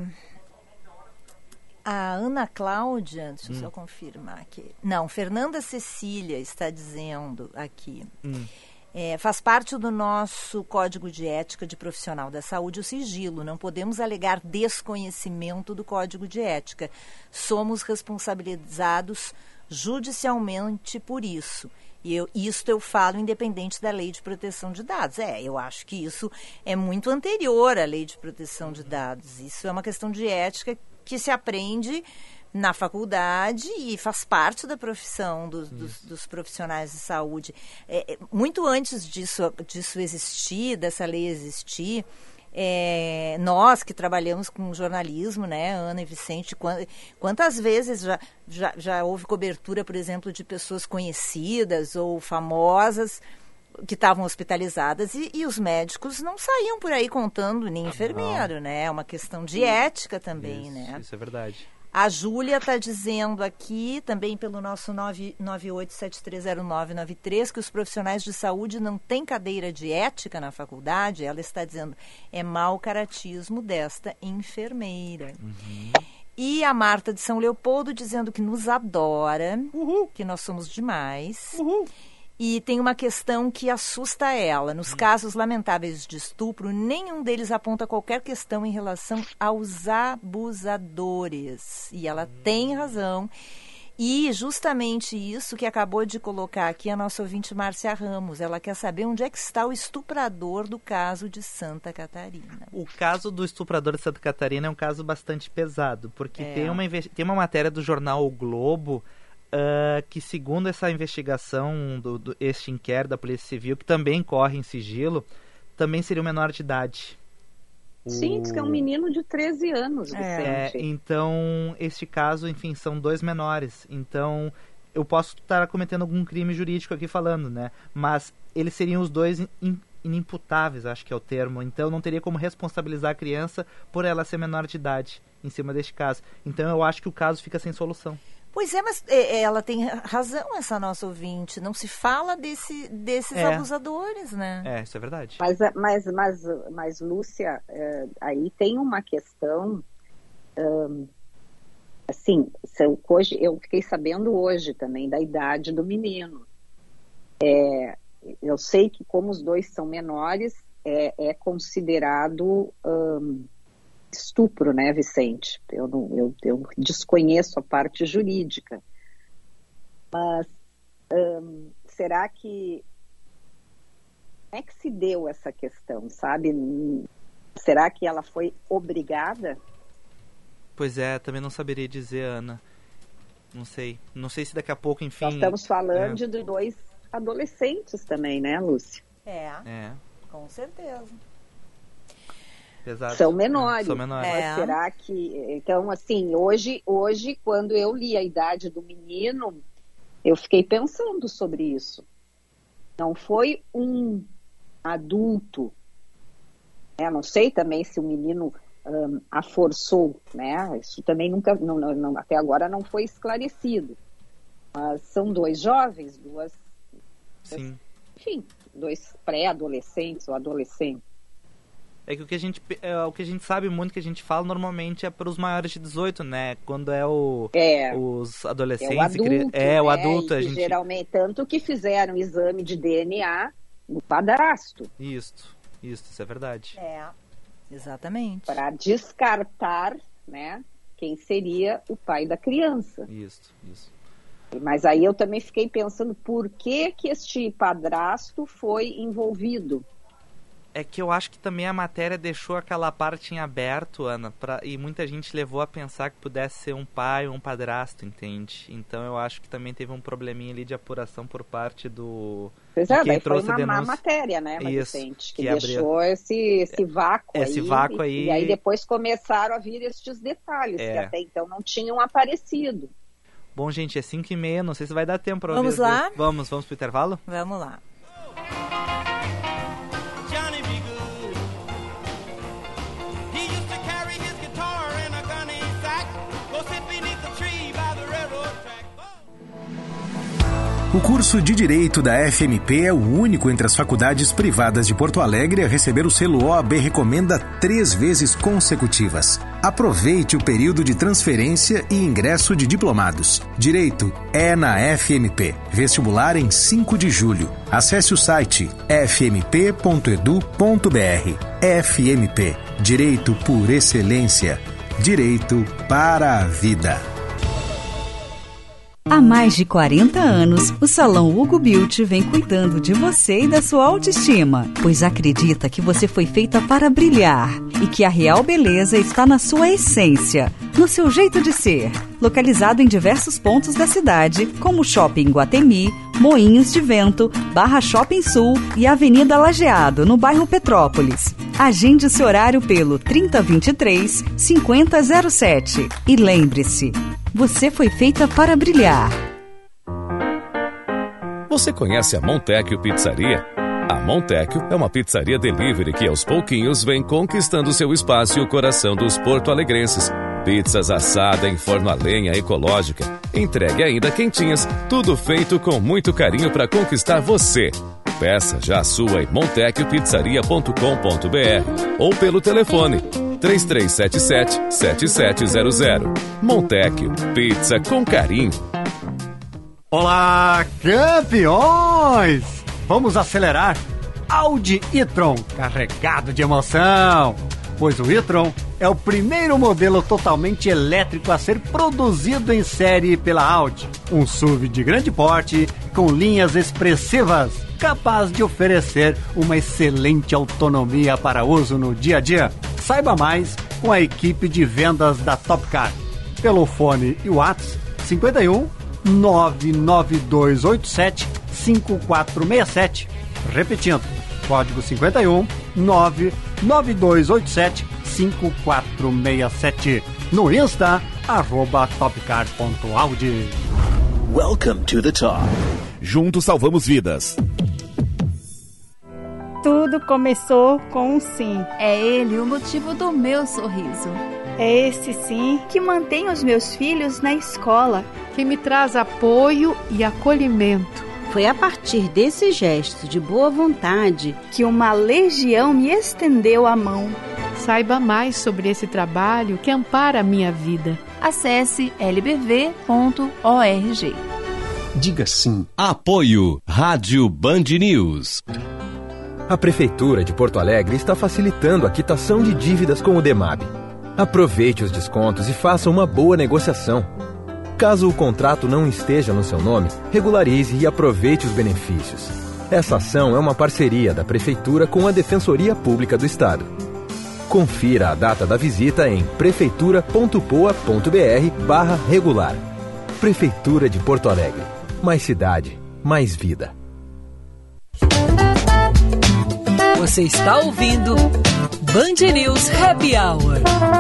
Speaker 2: a Ana Cláudia, deixa eu
Speaker 3: Hum.
Speaker 2: só confirmar aqui. Não, Fernanda Cecília está dizendo aqui.
Speaker 3: Hum.
Speaker 2: É, faz parte do nosso Código de Ética de Profissional da Saúde o sigilo. Não podemos alegar desconhecimento do Código de Ética. Somos responsabilizados judicialmente por isso. E eu, isto eu falo independente da Lei de Proteção de Dados. É, eu acho que isso é muito anterior à Lei de Proteção de Dados. Isso é uma questão de ética que se aprende na faculdade e faz parte da profissão dos, dos, dos profissionais de saúde. É, muito antes disso, disso existir, dessa lei existir, é, nós que trabalhamos com jornalismo, né, Ana e Vicente, quantas vezes já, já, já houve cobertura, por exemplo, de pessoas conhecidas ou famosas que estavam hospitalizadas e, e os médicos não saíam por aí contando, nem enfermeiro, né? É uma questão de ética também,
Speaker 3: isso,
Speaker 2: né?
Speaker 3: Isso é verdade.
Speaker 2: A Júlia está dizendo aqui, também pelo nosso nove nove oito sete três zero nove nove três, que os profissionais de saúde não têm cadeira de ética na faculdade. Ela está dizendo, é mau caratismo desta enfermeira.
Speaker 3: Uhum.
Speaker 2: E a Marta de São Leopoldo dizendo que nos adora,
Speaker 3: Uhul.
Speaker 2: que nós somos demais.
Speaker 3: Uhul.
Speaker 2: E tem uma questão que assusta ela. Nos casos lamentáveis de estupro, nenhum deles aponta qualquer questão em relação aos abusadores. E ela tem razão. E justamente isso que acabou de colocar aqui a nossa ouvinte Márcia Ramos. Ela quer saber onde é que está o estuprador do caso de Santa Catarina.
Speaker 3: O caso do estuprador de Santa Catarina é um caso bastante pesado, porque
Speaker 2: É.
Speaker 3: tem, uma, tem uma matéria do jornal O Globo uh, que, segundo essa investigação, do, do, este inquérito da Polícia Civil, que também corre em sigilo, também seria um menor de idade.
Speaker 4: Sim, diz que é um menino de treze anos, Vicente.
Speaker 3: É, então, este caso, enfim, são dois menores. Então, eu posso estar cometendo algum crime jurídico aqui falando, né? Mas eles seriam os dois in, inimputáveis, acho que é o termo. Então, não teria como responsabilizar a criança por ela ser menor de idade em cima deste caso. Então, eu acho que o caso fica sem solução.
Speaker 2: Pois é, mas é, ela tem razão, essa nossa ouvinte. Não se fala desse, desses
Speaker 3: É.
Speaker 2: abusadores, né?
Speaker 3: É, isso é verdade.
Speaker 4: Mas, mas, mas, mas Lúcia, é, aí tem uma questão, hum, assim, hoje, eu fiquei sabendo hoje também da idade do menino. É, eu sei que como os dois são menores, é, é considerado hum, estupro, né, Vicente? Eu, não, eu, eu desconheço a parte jurídica. Mas hum, será que como é que se deu essa questão, sabe? Será que ela foi obrigada?
Speaker 3: Pois é, também não saberia dizer, Ana. Não sei. Não sei se daqui a pouco, enfim...
Speaker 4: Nós estamos falando
Speaker 3: é.
Speaker 4: de dois adolescentes também, né, Lúcia?
Speaker 2: É,
Speaker 3: É,
Speaker 2: com certeza.
Speaker 3: pesado.
Speaker 4: São menores.
Speaker 3: É, são menores.
Speaker 4: Mas
Speaker 2: É.
Speaker 4: será que... Então, assim, hoje, hoje, quando eu li a idade do menino, eu fiquei pensando sobre isso. Não foi um adulto, né? Não sei também se o menino um, a forçou, né? Isso também nunca, não, não, até agora não foi esclarecido. Mas são dois jovens, duas,
Speaker 3: Sim.
Speaker 4: enfim, dois pré-adolescentes ou adolescentes.
Speaker 3: É que o que a gente, é, o que a gente sabe muito, que a gente fala normalmente é para os maiores de dezoito, né? Quando é o
Speaker 4: É,
Speaker 3: os
Speaker 4: é
Speaker 3: adolescentes.
Speaker 4: o adulto,
Speaker 3: é, o
Speaker 4: né?
Speaker 3: adulto,
Speaker 4: E
Speaker 3: a
Speaker 4: que
Speaker 3: gente.
Speaker 4: geralmente, tanto que fizeram exame de D N A no padrasto,
Speaker 3: Isso, isso, isso é verdade.
Speaker 2: É, exatamente.
Speaker 4: para descartar, né, quem seria o pai da criança.
Speaker 3: Isso, isso.
Speaker 4: Mas aí eu também fiquei pensando por que que este padrasto foi envolvido.
Speaker 3: É que eu acho que também a matéria deixou aquela parte em aberto, Ana, pra, e muita gente levou a pensar que pudesse ser um pai ou um padrasto, entende? Então eu acho que também teve um probleminha ali de apuração por parte do...
Speaker 4: Pois
Speaker 3: de
Speaker 4: é,
Speaker 3: quem
Speaker 4: daí foi
Speaker 3: trouxe
Speaker 4: uma
Speaker 3: a
Speaker 4: má
Speaker 3: denúncia.
Speaker 4: matéria, né,
Speaker 3: Isso,
Speaker 4: Vicente? Que,
Speaker 3: que
Speaker 4: deixou esse, esse vácuo
Speaker 3: Esse
Speaker 4: aí.
Speaker 3: vácuo
Speaker 4: e,
Speaker 3: aí-
Speaker 4: E aí depois começaram a vir estes detalhes,
Speaker 3: É.
Speaker 4: que até então não tinham aparecido.
Speaker 3: Bom, gente, é cinco e meia, não sei se vai dar tempo pra
Speaker 2: Vamos
Speaker 3: ouvir.
Speaker 2: lá?
Speaker 3: Vamos, vamos pro intervalo?
Speaker 2: Vamos lá.
Speaker 5: Johnny be good. He used to carry his guitar in a gunny sack, go sit beneath the tree by the railroad track. Oh.
Speaker 6: O curso de Direito da F M P é o único entre as faculdades privadas de Porto Alegre a receber o selo O A B Recomenda três vezes consecutivas. Aproveite o período de transferência e ingresso de diplomados. Direito é na F M P. Vestibular em cinco de julho. Acesse o site f m p ponto e d u ponto b r. F M P. Direito por excelência. Direito para a vida.
Speaker 7: Há mais de quarenta anos, o Salão Hugo Beauty vem cuidando de você e da sua autoestima, pois acredita que você foi feita para brilhar e que a real beleza está na sua essência, no seu jeito de ser. Localizado em diversos pontos da cidade, como Shopping Guatemi, Moinhos de Vento, Barra Shopping Sul e Avenida Lajeado, no bairro Petrópolis. Agende o seu horário pelo trinta vinte e três, cinquenta zero sete. E lembre-se, você foi feita para brilhar.
Speaker 8: Você conhece a Montecchio Pizzaria? A Montecchio é uma pizzaria delivery que aos pouquinhos vem conquistando seu espaço e o coração dos porto-alegrenses. Pizzas assada em forno a lenha ecológica, entregue ainda quentinhas, tudo feito com muito carinho para conquistar você. Peça já a sua em montecchio pizzaria ponto com ponto b r ou pelo telefone três três sete sete, sete sete zero zero. Montecchio, pizza com carinho.
Speaker 9: Olá, campeões! Vamos acelerar? Audi e-tron, carregado de emoção! Pois o e-tron é o primeiro modelo totalmente elétrico a ser produzido em série pela Audi. Um S U V de grande porte, com linhas expressivas, capaz de oferecer uma excelente autonomia para uso no dia a dia. Saiba mais com a equipe de vendas da Top Car. Pelo fone e WhatsApp cinquenta e um, nove nove dois oito sete, cinco quatro seis sete. Repetindo, código cinquenta e um, nove nove dois oito sete, cinco quatro seis sete. No Insta, arroba topcar ponto audi.
Speaker 10: Welcome to the top. Juntos salvamos vidas.
Speaker 11: Tudo começou com um sim.
Speaker 12: É ele o motivo do meu sorriso.
Speaker 11: É esse sim que mantém os meus filhos na escola.
Speaker 13: Que me traz apoio e acolhimento.
Speaker 14: Foi a partir desse gesto de boa vontade
Speaker 11: que uma legião me estendeu a mão.
Speaker 13: Saiba mais sobre esse trabalho que ampara a minha vida.
Speaker 12: Acesse l b v ponto org.
Speaker 10: Diga sim. Apoio Rádio Band News.
Speaker 15: A Prefeitura de Porto Alegre está facilitando a quitação de dívidas com o DEMAB. Aproveite os descontos e faça uma boa negociação. Caso o contrato não esteja no seu nome, regularize e aproveite os benefícios. Essa ação é uma parceria da Prefeitura com a Defensoria Pública do Estado. Confira a data da visita em prefeitura ponto poa ponto b r barra regular. Prefeitura de Porto Alegre. Mais cidade, mais vida.
Speaker 1: Você está ouvindo Band News Happy Hour.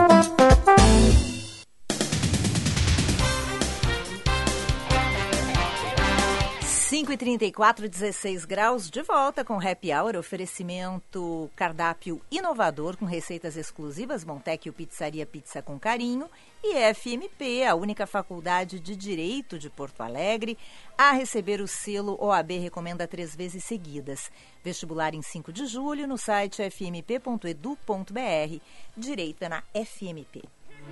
Speaker 2: cinco e trinta e quatro, dezesseis graus, de volta com Happy Hour, oferecimento cardápio inovador com receitas exclusivas, Montecchio Pizzaria Pizza com Carinho e F M P, a única faculdade de Direito de Porto Alegre a receber o selo O A B Recomenda três vezes seguidas. Vestibular em cinco de julho no site f m p ponto e d u ponto b r. Direito na F M P.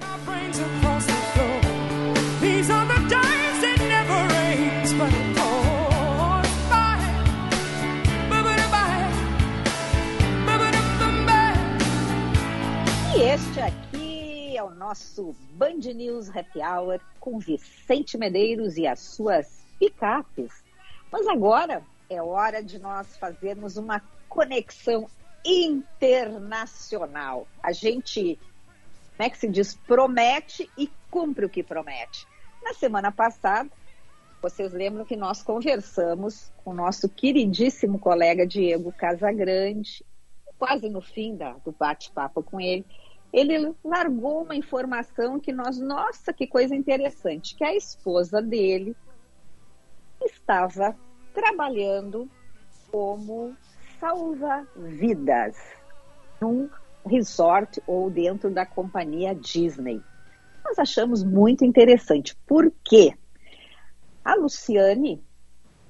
Speaker 4: E este aqui é o nosso Band News Happy Hour com Vicente Medeiros e as suas picapes. Mas agora é hora de nós fazermos uma conexão internacional. A gente, como é que se diz, promete e cumpre o que promete. Na semana passada, vocês lembram que nós conversamos com o nosso queridíssimo colega Diego Casagrande, quase no fim da, do bate-papo com ele. Ele largou uma informação que nós, nossa, que coisa interessante, que a esposa dele estava trabalhando como salva-vidas num resort ou dentro da companhia Disney. Nós achamos muito interessante. Por quê? A Luciane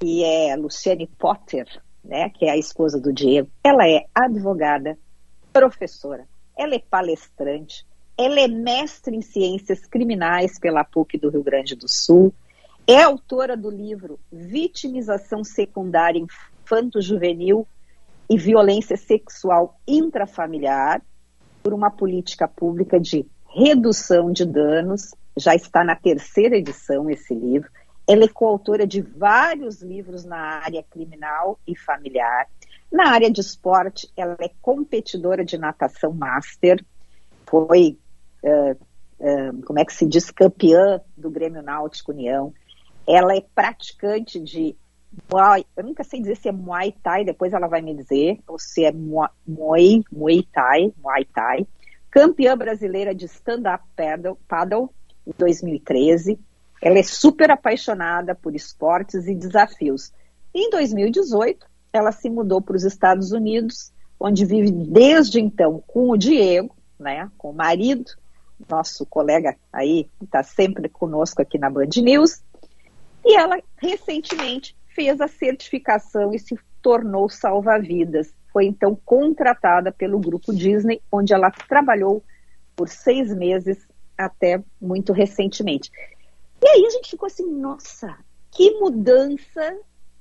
Speaker 4: que é Luciane Potter, né, que é a esposa do Diego. Ela é advogada, professora, ela é palestrante, ela é mestre em ciências criminais pela P U C do Rio Grande do Sul, é autora do livro Vitimização Secundária Infanto-Juvenil e Violência Sexual Intrafamiliar, por uma política pública de redução de danos. Já está na terceira edição esse livro. Ela é coautora de vários livros na área criminal e familiar. Na área de esporte, ela é competidora de natação master, foi, uh, uh, como é que se diz, campeã do Grêmio Náutico União. Ela é praticante de Muay, eu nunca sei dizer se é Muay Thai, depois ela vai me dizer, ou se é Muay, Muay Thai, Muay Thai. Campeã brasileira de stand-up paddle, paddle em dois mil e treze. Ela é super apaixonada por esportes e desafios. Em dois mil e dezoito, ela se mudou para os Estados Unidos, onde vive desde então com o Diego, né, com o marido, nosso colega aí, que está sempre conosco aqui na Band News. E ela, recentemente, fez a certificação e se tornou salva-vidas. Foi, então, contratada pelo Grupo Disney, onde ela trabalhou por seis meses, até muito recentemente. E aí a gente ficou assim, nossa, que mudança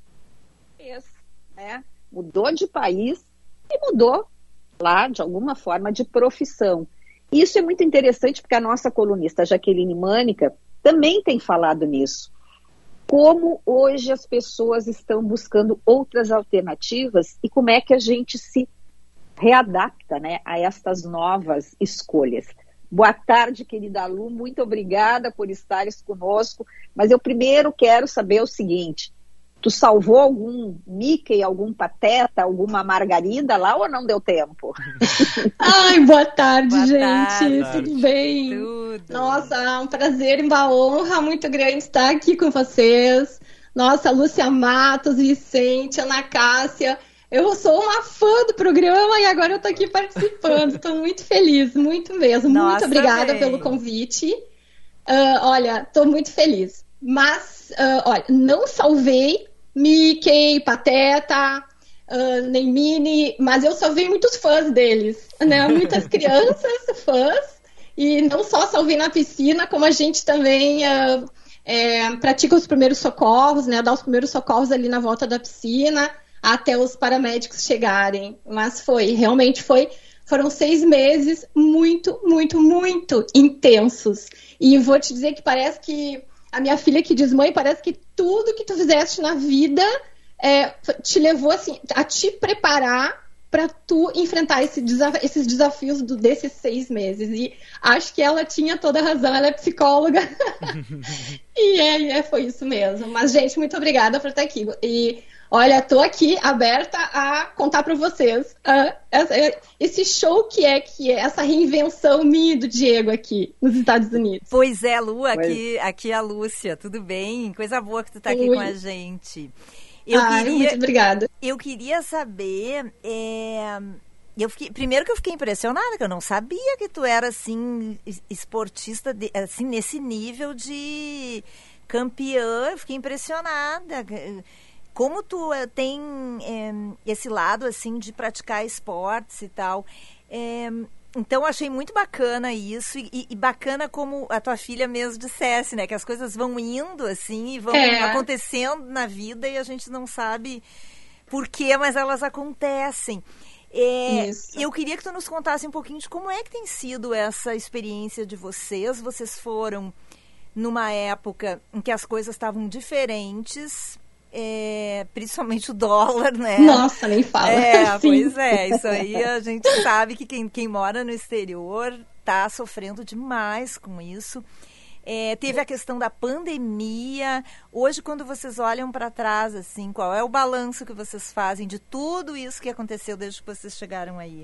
Speaker 4: fez, né? Mudou de país e mudou lá, de alguma forma, de profissão. E isso é muito interessante, porque a nossa colunista Jaqueline Mânica também tem falado nisso. Como hoje as pessoas estão buscando outras alternativas e como é que a gente se readapta, né, a estas novas escolhas. Boa tarde, querida Lu, muito obrigada por estares conosco, mas eu primeiro quero saber o seguinte, tu salvou algum Mickey, algum Pateta, alguma Margarida lá ou não deu tempo?
Speaker 16: Ai, boa tarde,
Speaker 2: Boa
Speaker 16: gente,
Speaker 2: tarde.
Speaker 16: tudo bem?
Speaker 2: Tudo.
Speaker 16: Nossa, é um prazer e uma honra muito grande estar aqui com vocês. Nossa, Lúcia Matos, Vicente, Ana Cássia, eu sou uma fã do programa e agora eu tô aqui participando, estou muito feliz, muito mesmo,
Speaker 2: Nossa,
Speaker 16: muito obrigada
Speaker 2: bem.
Speaker 16: pelo convite. Uh, olha, estou muito feliz, mas, uh, olha, não salvei Mickey, Pateta, uh, nem Minnie, mas eu salvei muitos fãs deles, né? Muitas crianças fãs, e não só salvei na piscina, como a gente também uh, é, pratica os primeiros socorros, né? Dá os primeiros socorros ali na volta da piscina, até os paramédicos chegarem. Mas foi, realmente foi, foram seis meses muito, muito, muito intensos. E vou te dizer que parece que a minha filha que diz, mãe, parece que tudo que tu fizeste na vida é, te levou assim, a te preparar para tu enfrentar esse desaf- esses desafios do, desses seis meses. E acho que ela tinha toda a razão, ela é psicóloga. E é, é, foi isso mesmo. Mas, gente, muito obrigada por estar aqui. E, olha, tô aqui aberta a contar para vocês uh, essa, esse show que é, que é essa reinvenção minha do Diego aqui nos Estados Unidos.
Speaker 2: Pois é, Lu, aqui, aqui é a Lúcia, tudo bem? Coisa boa que tu tá aqui
Speaker 16: Oi.
Speaker 2: com a gente. Eu
Speaker 16: Ai,
Speaker 2: queria,
Speaker 16: muito obrigada.
Speaker 2: Eu queria saber... É... Eu fiquei, primeiro que eu fiquei impressionada, que eu não sabia que tu era, assim, esportista, de, assim, nesse nível de campeã. Eu fiquei impressionada. Como tu é, tem é, esse lado, assim, de praticar esportes e tal. É, então, achei muito bacana isso. E, e bacana como a tua filha mesmo dissesse, né? Que as coisas vão indo, assim, e vão
Speaker 16: É.
Speaker 2: acontecendo na vida e a gente não sabe por quê, mas elas acontecem. É, eu queria que tu nos contasse um pouquinho de como é que tem sido essa experiência de vocês. Vocês foram numa época em que as coisas estavam diferentes, é, principalmente o dólar, né?
Speaker 16: Nossa, nem fala.
Speaker 2: É,
Speaker 16: Sim.
Speaker 2: pois é, isso aí a gente sabe que quem, quem mora no exterior está sofrendo demais com isso. É, teve a questão da pandemia. Hoje, quando vocês olham para trás, assim, qual é o balanço que vocês fazem de tudo isso que aconteceu desde que vocês chegaram aí?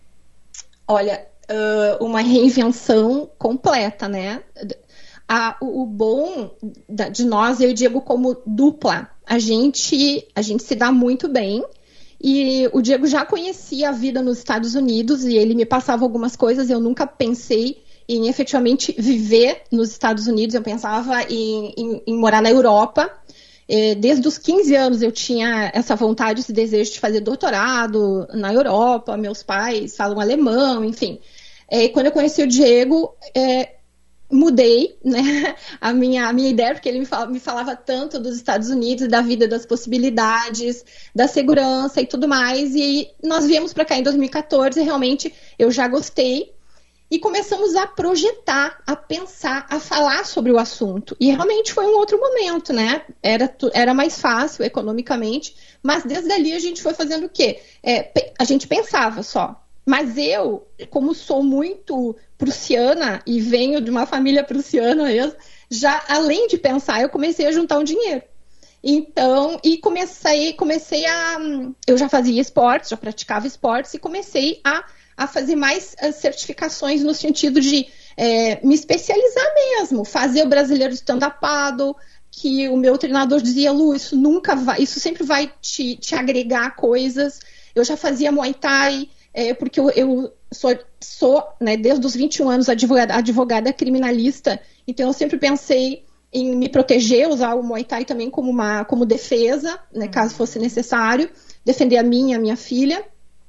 Speaker 16: Olha, uh, uma reinvenção completa, né? A, o, o bom da, de nós, eu digo como dupla, a gente, a gente se dá muito bem. E o Diego já conhecia a vida nos Estados Unidos e ele me passava algumas coisas. Eu nunca pensei em efetivamente viver nos Estados Unidos, eu pensava em, em, em morar na Europa. É, desde os quinze anos eu tinha essa vontade, esse desejo de fazer doutorado na Europa, meus pais falam alemão, enfim. É, quando eu conheci o Diego, é, mudei, né, a minha, a minha ideia, porque ele me, fala, me falava tanto dos Estados Unidos, da vida, das possibilidades, da segurança e tudo mais, e nós viemos para cá em dois mil e quatorze, realmente eu já gostei, e começamos a projetar, a pensar, a falar sobre o assunto. E realmente foi um outro momento, né? Era, era mais fácil economicamente, mas desde ali a gente foi fazendo o quê? É, a gente pensava só. Mas eu, como sou muito prussiana e venho de uma família prussiana mesmo, já além de pensar, eu comecei a juntar um dinheiro. Então, e comecei, comecei a... Eu já fazia esportes, já praticava esportes e comecei a a fazer mais uh, certificações no sentido de é, me especializar mesmo, fazer o brasileiro stand-up paddle, que o meu treinador dizia, Lu, isso nunca vai, isso sempre vai te, te agregar coisas. Eu já fazia Muay Thai, é, porque eu, eu sou, sou né, desde os vinte e um anos advogada, advogada criminalista, então eu sempre pensei em me proteger, usar o Muay Thai também como, uma, como defesa, né, caso fosse necessário, defender a minha, a minha filha.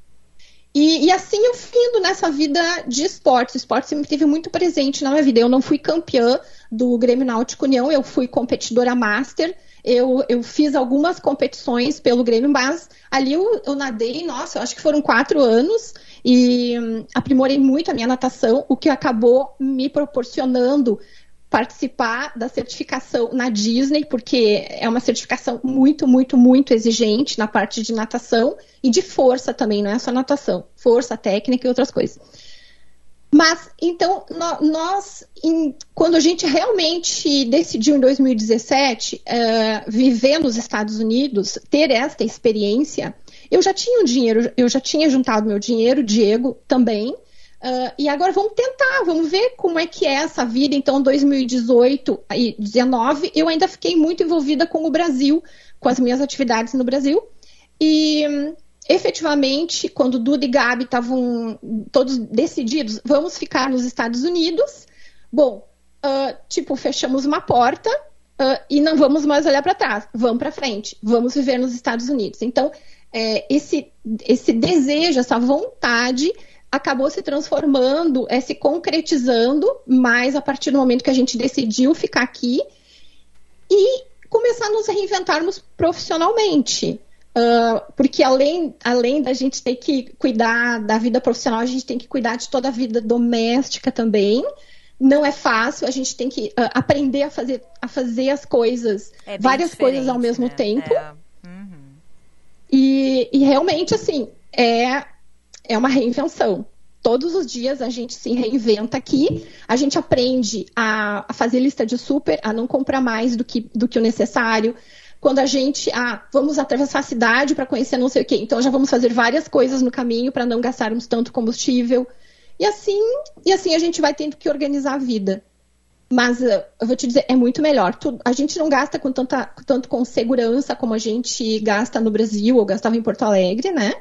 Speaker 16: E, e assim eu fui indo nessa vida de esportes. O esporte sempre esteve muito presente na minha vida. Eu não fui campeã do Grêmio Náutico União, eu fui competidora master. Eu, eu fiz algumas competições pelo Grêmio, mas ali eu, eu nadei, nossa, eu acho que foram quatro anos e hum, aprimorei muito a minha natação, o que acabou me proporcionando participar da certificação na Disney, porque é uma certificação muito, muito, muito exigente na parte de natação e de força também, não é só natação, força, técnica e outras coisas. Mas, então, nós, em, quando a gente realmente decidiu em dois mil e dezessete uh, viver nos Estados Unidos, ter esta experiência, eu já tinha um dinheiro, eu já tinha juntado meu dinheiro, Diego também. Uh, e agora vamos tentar, vamos ver como é que é essa vida. Então, dois mil e dezoito e dezenove, eu ainda fiquei muito envolvida com o Brasil, com as minhas atividades no Brasil. E, um, efetivamente, quando Duda e Gabi estavam todos decididos, vamos ficar nos Estados Unidos. Bom, uh, tipo, fechamos uma porta uh, e não vamos mais olhar para trás. Vamos para frente, vamos viver nos Estados Unidos. Então, é, esse, esse desejo, essa vontade acabou se transformando, é, se concretizando mais a partir do momento que a gente decidiu ficar aqui e começar a nos reinventarmos profissionalmente. Uh, porque além, além da gente ter que cuidar da vida profissional, a gente tem que cuidar de toda a vida doméstica também. Não é fácil, a gente tem que uh, aprender a fazer, a fazer as coisas, é várias coisas ao mesmo né? tempo. É. Uhum. E, e realmente, assim, é... É uma reinvenção. Todos os dias a gente se reinventa aqui, a gente aprende a, a fazer lista de super, a não comprar mais do que, do que o necessário. Quando a gente, ah, vamos atravessar a cidade para conhecer não sei o quê, então já vamos fazer várias coisas no caminho para não gastarmos tanto combustível. E assim, e assim a gente vai tendo que organizar a vida. Mas eu vou te dizer, é muito melhor. A gente não gasta com tanta, tanto com segurança como a gente gasta no Brasil ou gastava em Porto Alegre, né?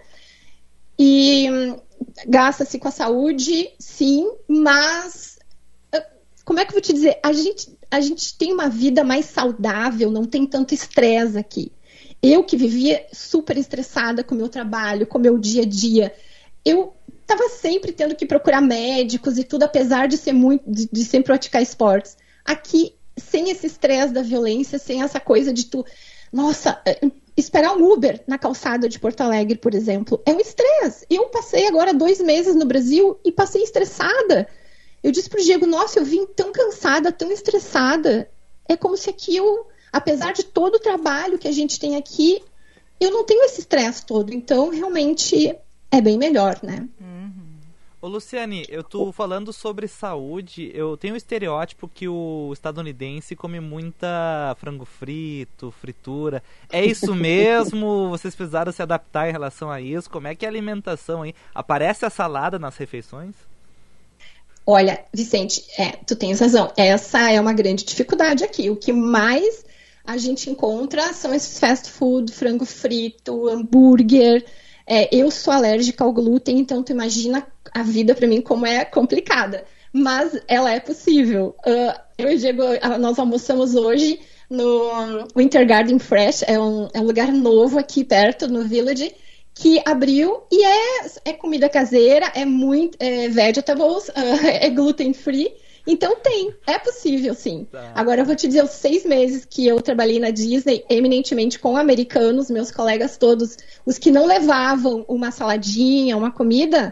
Speaker 16: E hum, gasta-se com a saúde, sim, mas como é que eu vou te dizer? A gente, a gente tem uma vida mais saudável, não tem tanto estresse aqui. Eu que vivia super estressada com o meu trabalho, com o meu dia a dia, eu estava sempre tendo que procurar médicos e tudo, apesar de ser muito, de, de sempre praticar esportes. Aqui, sem esse estresse da violência, sem essa coisa de tu... Nossa, esperar um Uber na calçada de Porto Alegre, por exemplo, é um estresse. Eu passei agora dois meses no Brasil e passei estressada. Eu disse pro Diego, nossa, eu vim tão cansada, tão estressada. É como se aqui eu, apesar de todo o trabalho que a gente tem aqui, eu não tenho esse estresse todo. Então, realmente, é bem melhor, né?
Speaker 3: Ô Luciane, eu tô falando sobre saúde, eu tenho um estereótipo que o estadunidense come muita frango frito, fritura. É isso mesmo? Vocês precisaram se adaptar em relação a isso? Como é que é a alimentação aí? Aparece a salada nas refeições?
Speaker 16: Olha, Vicente, é, tu tens razão. Essa é uma grande dificuldade aqui. O que mais a gente encontra são esses fast food, frango frito, hambúrguer. É, eu sou alérgica ao glúten, então tu imagina a vida para mim como é complicada. Mas ela é possível. Uh, eu e o Diego, nós almoçamos hoje no Winter Garden Fresh, é um, é um lugar novo aqui perto, no Village, que abriu e é, é comida caseira, é muito é vegetables, uh, é gluten free. Então tem, é possível sim. Tá. Agora eu vou te dizer, os seis meses que eu trabalhei na Disney, eminentemente com americanos, meus colegas todos, os que não levavam uma saladinha, uma comida,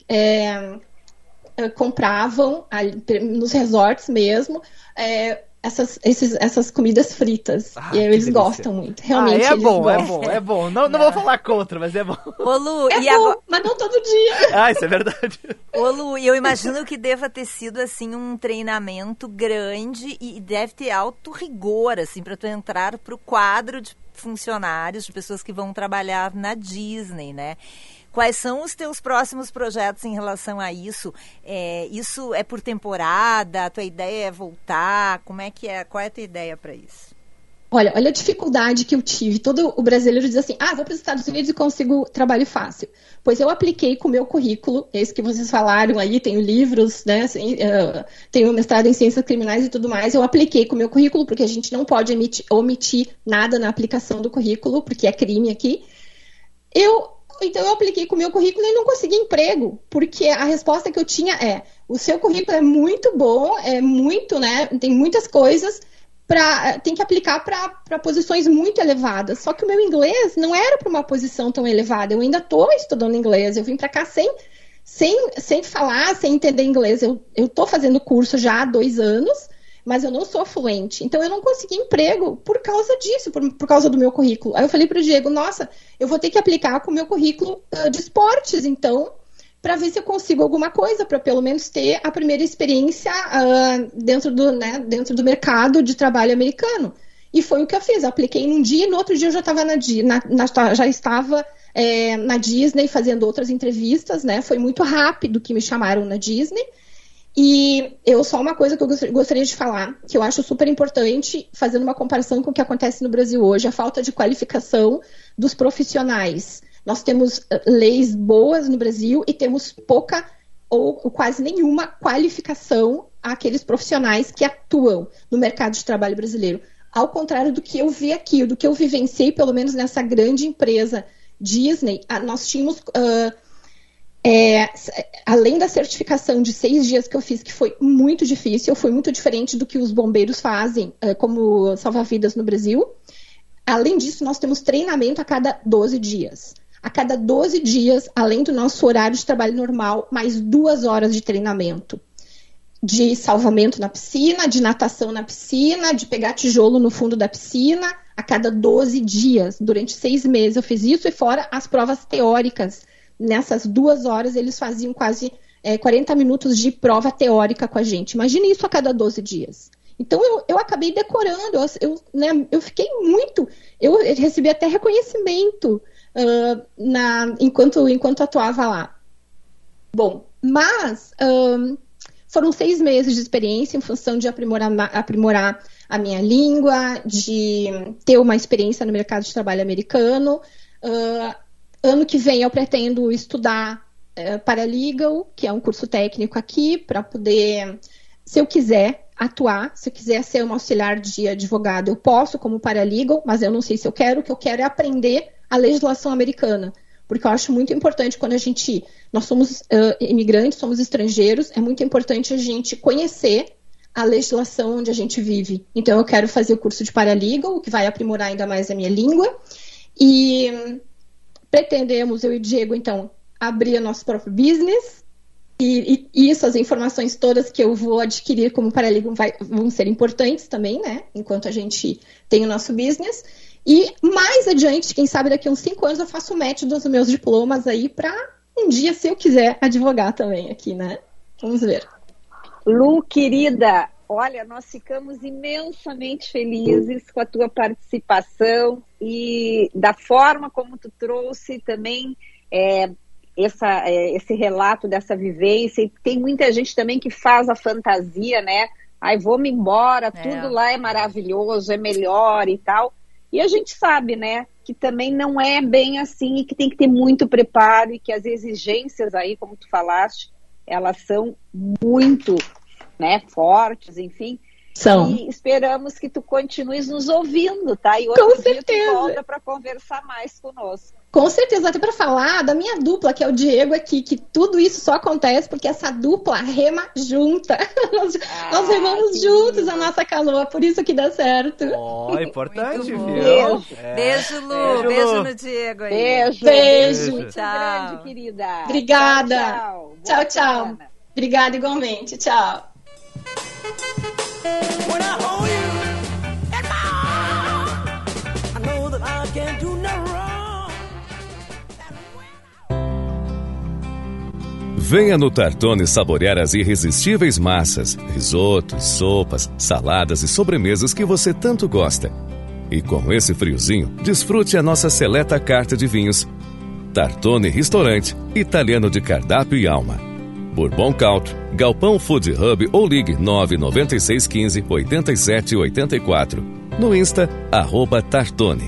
Speaker 16: é, compravam ali, nos resorts mesmo, é, essas, esses, essas comidas fritas. Ah, e eles gostam muito. Realmente,
Speaker 3: ah, é
Speaker 16: eles
Speaker 3: bom,
Speaker 16: gostam.
Speaker 3: é bom, é bom. Não, não vou falar contra, mas é bom.
Speaker 2: Ô, Lu,
Speaker 16: é
Speaker 2: e
Speaker 16: bom,
Speaker 2: agora...
Speaker 16: mas não todo dia.
Speaker 3: Ah, isso é verdade.
Speaker 2: Ô, Lu, eu imagino que deva ter sido, assim, um treinamento grande e deve ter alto rigor, assim, para tu entrar pro quadro de funcionários, de pessoas que vão trabalhar na Disney, né? Quais são os teus próximos projetos em relação a isso? É, isso é por temporada? A tua ideia é voltar? Como é que é? Qual é a tua ideia para isso?
Speaker 16: Olha, olha a dificuldade que eu tive. Todo o brasileiro diz assim, ah, vou para os Estados Unidos e consigo trabalho fácil. Pois eu apliquei com o meu currículo, esse que vocês falaram aí, tenho livros, né, assim, uh, tenho mestrado em ciências criminais e tudo mais. Eu apliquei com o meu currículo, porque a gente não pode emitir, omitir nada na aplicação do currículo, porque é crime aqui. Eu... Então eu apliquei com o meu currículo e não consegui emprego, porque a resposta que eu tinha é, o seu currículo é muito bom, é muito, né, tem muitas coisas, pra, tem que aplicar para posições muito elevadas. Só que o meu inglês não era para uma posição tão elevada, eu ainda estou estudando inglês, eu vim para cá sem, sem, sem falar, sem entender inglês. Eu estou fazendo curso já há dois anos, mas eu não sou fluente. Então, eu não consegui emprego por causa disso, por, por causa do meu currículo. Aí eu falei para o Diego, nossa, eu vou ter que aplicar com o meu currículo uh, de esportes, então, para ver se eu consigo alguma coisa, para pelo menos ter a primeira experiência uh, dentro, do, né, dentro do mercado de trabalho americano. E foi o que eu fiz. Eu apliquei num dia e no outro dia eu já estava na, na, na, já estava é, na Disney fazendo outras entrevistas, né? Foi muito rápido que me chamaram na Disney. E eu só uma coisa que eu gostaria de falar, que eu acho super importante, fazendo uma comparação com o que acontece no Brasil hoje, a falta de qualificação dos profissionais. Nós temos leis boas no Brasil e temos pouca ou quase nenhuma qualificação àqueles profissionais que atuam no mercado de trabalho brasileiro. Ao contrário do que eu vi aqui, do que eu vivenciei, pelo menos nessa grande empresa Disney, nós tínhamos... Uh, É, além da certificação de seis dias que eu fiz, que foi muito difícil, foi muito diferente do que os bombeiros fazem é, como salva-vidas no Brasil. Além disso, nós temos treinamento a cada doze dias. A cada doze dias, além do nosso horário de trabalho normal, mais duas horas de treinamento. De salvamento na piscina, de natação na piscina, de pegar tijolo no fundo da piscina, a cada doze dias. Durante seis meses eu fiz isso, e fora as provas teóricas. Nessas duas horas, eles faziam quase é, quarenta minutos de prova teórica com a gente. Imagine isso a cada doze dias. Então, eu, eu acabei decorando, eu, eu, né, eu fiquei muito... Eu recebi até reconhecimento uh, na, enquanto, enquanto atuava lá. Bom, mas um, foram seis meses de experiência em função de aprimorar, aprimorar a minha língua, de ter uma experiência no mercado de trabalho americano. Uh, Ano que vem eu pretendo estudar uh, paralegal, que é um curso técnico aqui, para poder, se eu quiser atuar, se eu quiser ser uma auxiliar de advogado, eu posso como paralegal, mas eu não sei se eu quero. O que eu quero é aprender a legislação americana, porque eu acho muito importante quando a gente, nós somos uh, imigrantes, somos estrangeiros, é muito importante a gente conhecer a legislação onde a gente vive. Então eu quero fazer o curso de paralegal, que vai aprimorar ainda mais a minha língua, e... pretendemos, eu e o Diego, então, abrir o nosso próprio business, e, e isso, as informações todas que eu vou adquirir como paralegal vai, vão ser importantes também, né, enquanto a gente tem o nosso business, e mais adiante, quem sabe daqui a uns cinco anos eu faço o match dos meus diplomas aí para um dia, se eu quiser, advogar também aqui, né, vamos ver.
Speaker 4: Lu, querida, olha, nós ficamos imensamente felizes com a tua participação e da forma como tu trouxe também é, essa, é, esse relato dessa vivência. E tem muita gente também que faz a fantasia, né? Ai, vou-me embora, é. Tudo lá é maravilhoso, é melhor e tal. E a gente sabe, né, que também não é bem assim e que tem que ter muito preparo e que as exigências aí, como tu falaste, elas são muito, né, fortes, enfim.
Speaker 16: São.
Speaker 4: E esperamos que tu continues nos ouvindo, tá? E outro
Speaker 16: Com
Speaker 4: dia
Speaker 16: certeza.
Speaker 4: tu volta para conversar mais conosco.
Speaker 16: Com certeza, até para falar da minha dupla, que é o Diego aqui, que tudo isso só acontece porque essa dupla rema junta. Nós,
Speaker 4: ah,
Speaker 16: nós remamos juntos a nossa canoa, por isso que dá certo.
Speaker 3: Ó, oh, importante, viu?
Speaker 2: Beijo.
Speaker 3: É.
Speaker 2: Beijo, Lu. Beijo, Beijo no Diego aí.
Speaker 4: Beijo.
Speaker 16: Beijo.
Speaker 4: Muito
Speaker 2: tchau.
Speaker 4: grande, querida.
Speaker 16: Obrigada.
Speaker 4: Tchau,
Speaker 16: Tchau,
Speaker 4: tchau.
Speaker 16: tchau. Obrigada igualmente. Tchau.
Speaker 5: When I hold you in my arms, I know that I can't do no wrong.
Speaker 8: Venha no Tartone saborear as irresistíveis massas, risotos, sopas, saladas e sobremesas que você tanto gosta. E com esse friozinho, desfrute a nossa seleta carta de vinhos. Tartone Restaurante, italiano de cardápio e alma. Bourbon Country, Galpão Food Hub ou ligue nove nove seis um cinco oito sete oito quatro. No Insta, arroba Tartone.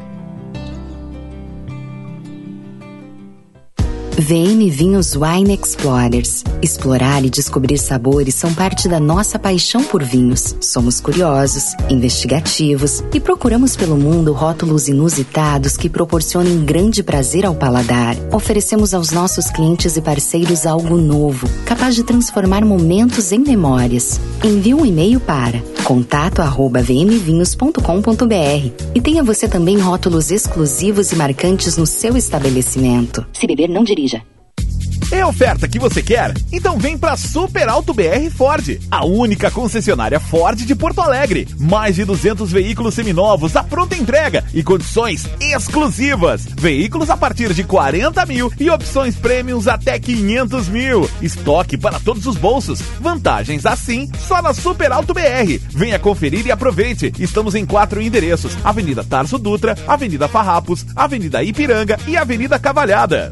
Speaker 17: V M Vinhos Wine Explorers. Explorar e descobrir sabores são parte da nossa paixão por vinhos. Somos curiosos, investigativos e procuramos pelo mundo rótulos inusitados que proporcionem grande prazer ao paladar. Oferecemos aos nossos clientes e parceiros algo novo, capaz de transformar momentos em memórias. Envie um e-mail para contato arroba v m vinhos ponto com ponto b r e tenha você também rótulos exclusivos e marcantes no seu estabelecimento. Se beber, não dirija.
Speaker 10: É oferta que você quer? Então vem pra Super Alto B R Ford, a única concessionária Ford de Porto Alegre. Mais de duzentos veículos seminovos à pronta entrega e condições exclusivas. Veículos a partir de quarenta mil e opções prêmios até quinhentos mil. Estoque para todos os bolsos. Vantagens assim só na Super Alto B R. Venha conferir e aproveite. Estamos em quatro endereços: Avenida Tarso Dutra, Avenida Farrapos, Avenida Ipiranga e Avenida Cavalhada.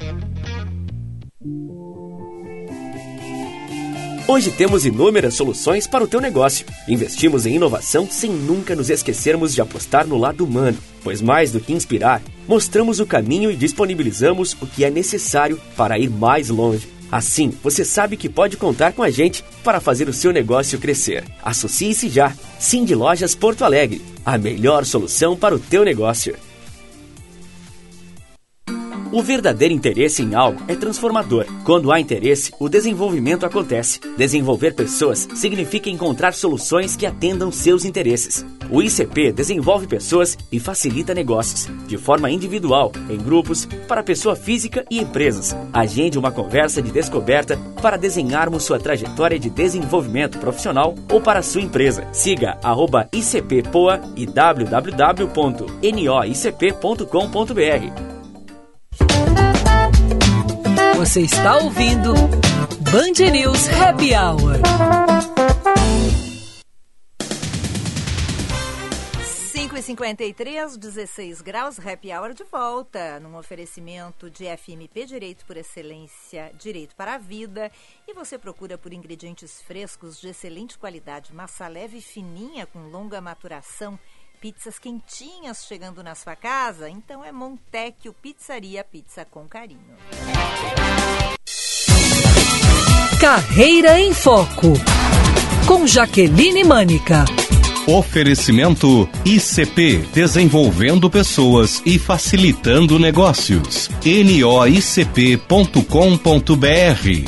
Speaker 18: Hoje temos inúmeras soluções para o teu negócio. Investimos em inovação sem nunca nos esquecermos de apostar no lado humano, pois mais do que inspirar, mostramos o caminho e disponibilizamos o que é necessário para ir mais longe. Assim, você sabe que pode contar com a gente para fazer o seu negócio crescer. Associe-se já. Cindy Lojas Porto Alegre, a melhor solução para o teu negócio. O verdadeiro interesse em algo é transformador. Quando há interesse, o desenvolvimento acontece. Desenvolver pessoas significa encontrar soluções que atendam seus interesses. O I C P desenvolve pessoas e facilita negócios, de forma individual, em grupos, para pessoa física e empresas. Agende uma conversa de descoberta para desenharmos sua trajetória de desenvolvimento profissional ou para a sua empresa. Siga arroba I C P Poa e w w w ponto noicp ponto com ponto b r.
Speaker 1: Você está ouvindo Band News Happy Hour.
Speaker 2: cinco e cinquenta e três, dezesseis graus, Happy Hour de volta, num oferecimento de F M P Direito por Excelência, Direito para a Vida. E você procura por ingredientes frescos de excelente qualidade, massa leve e fininha com longa maturação, pizzas quentinhas chegando na sua casa? Então é Montecchio Pizzaria, pizza com carinho.
Speaker 1: Carreira em Foco, com Jaqueline Mânica.
Speaker 19: Oferecimento I C P, desenvolvendo pessoas e facilitando negócios. noicp ponto com ponto b r.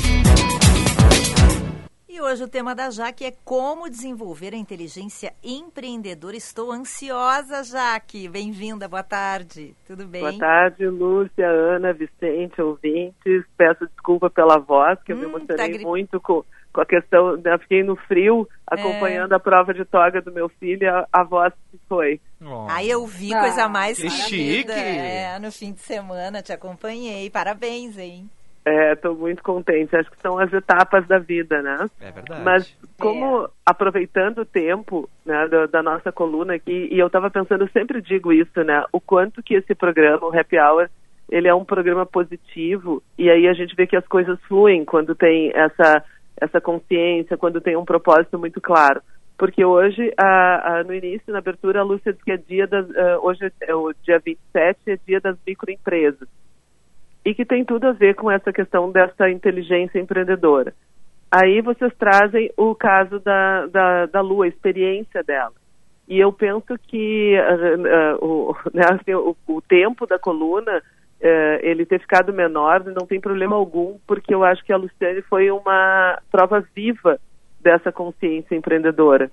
Speaker 2: E hoje o tema da Jaque é como desenvolver a inteligência empreendedora. Estou ansiosa, Jaque. Bem-vinda, boa tarde. Tudo bem?
Speaker 20: Boa tarde, Lúcia, Ana, Vicente, ouvintes. Peço desculpa pela voz, que hum, eu me emocionei tá gri... muito com, com a questão, né? Fiquei no frio, acompanhando é. a prova de toga do meu filho, a, a voz se foi.
Speaker 2: Oh. Aí eu vi ah, coisa mais
Speaker 3: que chique.
Speaker 2: É, no fim de semana, te acompanhei. Parabéns, hein?
Speaker 20: É, estou muito contente. Acho que são as etapas da vida, né?
Speaker 3: É verdade.
Speaker 20: Mas como, é. aproveitando o tempo, né, da, da nossa coluna aqui, e eu estava pensando, eu sempre digo isso, né? O quanto que esse programa, o Happy Hour, ele é um programa positivo, e aí a gente vê que as coisas fluem quando tem essa, essa consciência, quando tem um propósito muito claro. Porque hoje, a, a, no início, na abertura, a Lúcia disse que é dia das, uh, hoje é o dia vinte e sete, é dia das microempresas. E que tem tudo a ver com essa questão dessa inteligência empreendedora. Aí vocês trazem o caso da, da, da Lu, a experiência dela. E eu penso que uh, uh, o, né, assim, o, o tempo da coluna, uh, ele ter ficado menor, não tem problema algum, porque eu acho que a Luciane foi uma prova viva dessa consciência empreendedora.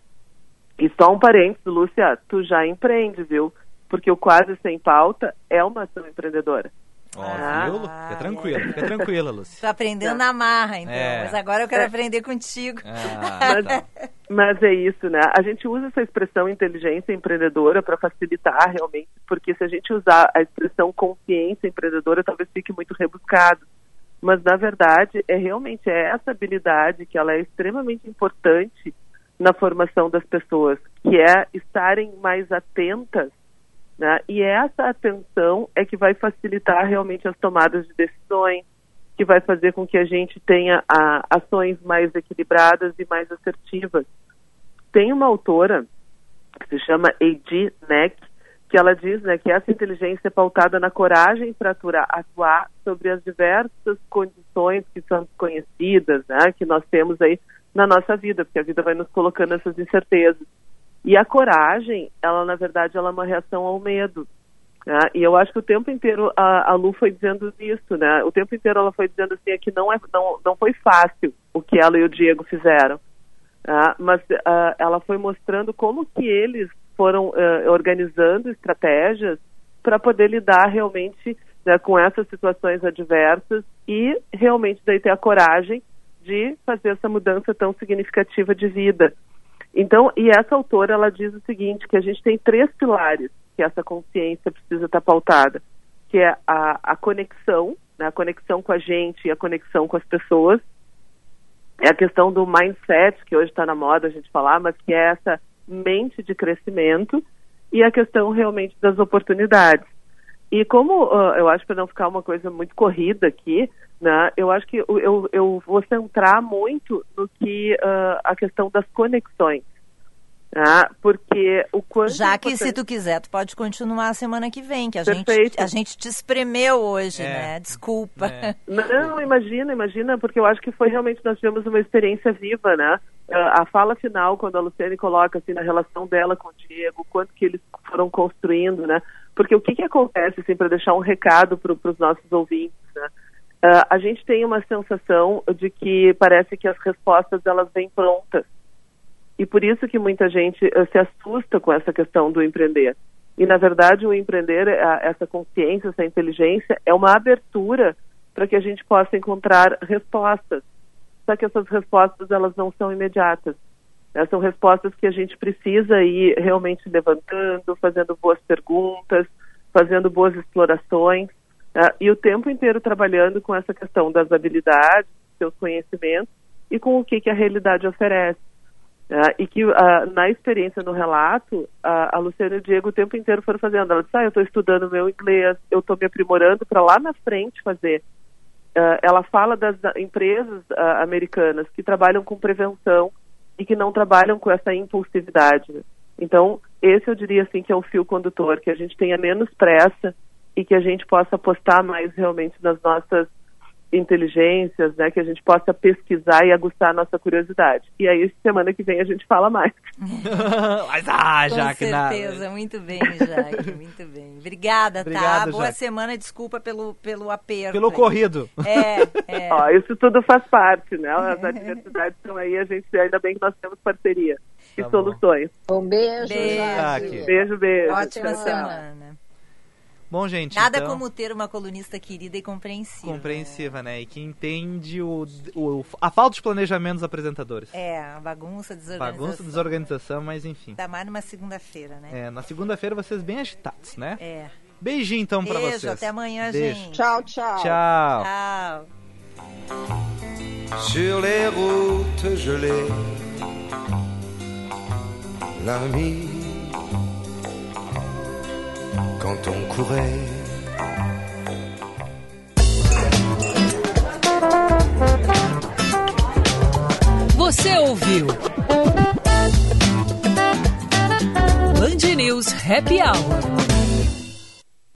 Speaker 20: E só um parênteses, Lúcia, tu já empreende, viu? Porque o Quase Sem Pauta é uma ação empreendedora.
Speaker 3: Ó, ah, viu? Fica tranquila, fica tranquila, Lúcia.
Speaker 2: Tô aprendendo tá. na marra, então. É. Mas agora eu quero é. aprender contigo.
Speaker 20: Ah, mas, tá. mas é isso, né? A gente usa essa expressão inteligência empreendedora para facilitar realmente, porque se a gente usar a expressão consciência empreendedora, talvez fique muito rebuscado. Mas, na verdade, é realmente essa habilidade que ela é extremamente importante na formação das pessoas, que é estarem mais atentas, né? E essa atenção é que vai facilitar realmente as tomadas de decisões, que vai fazer com que a gente tenha a, ações mais equilibradas e mais assertivas. Tem uma autora que se chama Eiji Neck, que ela diz, né, que essa inteligência é pautada na coragem para atuar, atuar sobre as diversas condições que são desconhecidas, né, que nós temos aí na nossa vida, porque a vida vai nos colocando essas incertezas. E a coragem, ela na verdade ela é uma reação ao medo, né? E eu acho que o tempo inteiro a, a Lu foi dizendo isso, né? O tempo inteiro ela foi dizendo assim, é que não, é, não, não foi fácil o que ela e o Diego fizeram, né? Mas uh, ela foi mostrando como que eles foram uh, organizando estratégias para poder lidar realmente, né, com essas situações adversas e realmente daí ter a coragem de fazer essa mudança tão significativa de vida. Então, e essa autora, ela diz o seguinte, que a gente tem três pilares que essa consciência precisa estar pautada, que é a, a conexão, né, a conexão com a gente e a conexão com as pessoas, é a questão do mindset, que hoje está na moda a gente falar, mas que é essa mente de crescimento, e a questão realmente das oportunidades. E como uh, eu acho, para não ficar uma coisa muito corrida aqui, né, eu acho que eu, eu, eu vou centrar muito no que uh, a questão das conexões. Né, porque o quanto...
Speaker 2: Já que, se tu quiser, tu pode continuar a semana que vem, que a, gente, a gente te espremeu hoje, é. né? Desculpa.
Speaker 20: É. Não, imagina, imagina, porque eu acho que foi realmente, nós tivemos uma experiência viva, né? A fala final, quando a Luciane coloca assim, na relação dela com o Diego, quanto que eles foram construindo, né? Porque o que que acontece, assim, para deixar um recado para os nossos ouvintes, né? Uh, a gente tem uma sensação de que parece que as respostas, elas vêm prontas. E por isso que muita gente uh, se assusta com essa questão do empreender. E, na verdade, o empreender, uh, essa consciência, essa inteligência, é uma abertura para que a gente possa encontrar respostas. Só que essas respostas, elas não são imediatas. Né? São respostas que a gente precisa ir realmente levantando, fazendo boas perguntas, fazendo boas explorações, né? E o tempo inteiro trabalhando com essa questão das habilidades, seus conhecimentos e com o que, que a realidade oferece. Né? E que uh, na experiência, no relato, uh, a Luciane e o Diego o tempo inteiro foram fazendo. Ela disse, ah, eu estou estudando meu inglês, eu estou me aprimorando para lá na frente fazer. Uh, ela fala das empresas uh, americanas que trabalham com prevenção e que não trabalham com essa impulsividade. Então, esse eu diria assim que é o fio condutor, que a gente tenha menos pressa e que a gente possa apostar mais realmente nas nossas inteligências, né, que a gente possa pesquisar e aguçar a nossa curiosidade. E aí, semana que vem, a gente fala mais.
Speaker 3: Mas, ah, Jaque,
Speaker 2: com certeza, nada. Muito bem, Jaque, muito bem. Obrigada, Obrigado, tá? Boa Jaque. Semana, desculpa pelo, pelo aperto.
Speaker 3: Pelo aí. Corrido.
Speaker 2: É, é.
Speaker 20: Ó, isso tudo faz parte, né? As adversidades estão aí, a gente, ainda bem que nós temos parceria e tá soluções.
Speaker 4: Bom. Um beijo,
Speaker 2: beijo.
Speaker 20: Jaque. Beijo, beijo.
Speaker 2: Ótima tchau, semana.
Speaker 3: Bom, gente,
Speaker 2: Nada
Speaker 3: então,
Speaker 2: como ter uma colunista querida e compreensiva.
Speaker 3: Compreensiva, né? E que entende o, o, a falta de planejamento dos apresentadores.
Speaker 2: É, a bagunça, desorganização.
Speaker 3: Bagunça, desorganização, mas enfim.
Speaker 2: Tá mais numa segunda-feira, né?
Speaker 3: É, na segunda-feira vocês bem agitados, né?
Speaker 2: É.
Speaker 3: Beijinho, então,
Speaker 2: Beijo,
Speaker 3: pra vocês.
Speaker 2: Beijo, até amanhã,
Speaker 3: Beijo.
Speaker 2: gente.
Speaker 4: Tchau, tchau.
Speaker 3: Tchau.
Speaker 2: Tchau.
Speaker 5: Sur les routes gelées, la nuit, quand on courait.
Speaker 1: Você ouviu Band News Happy Hour.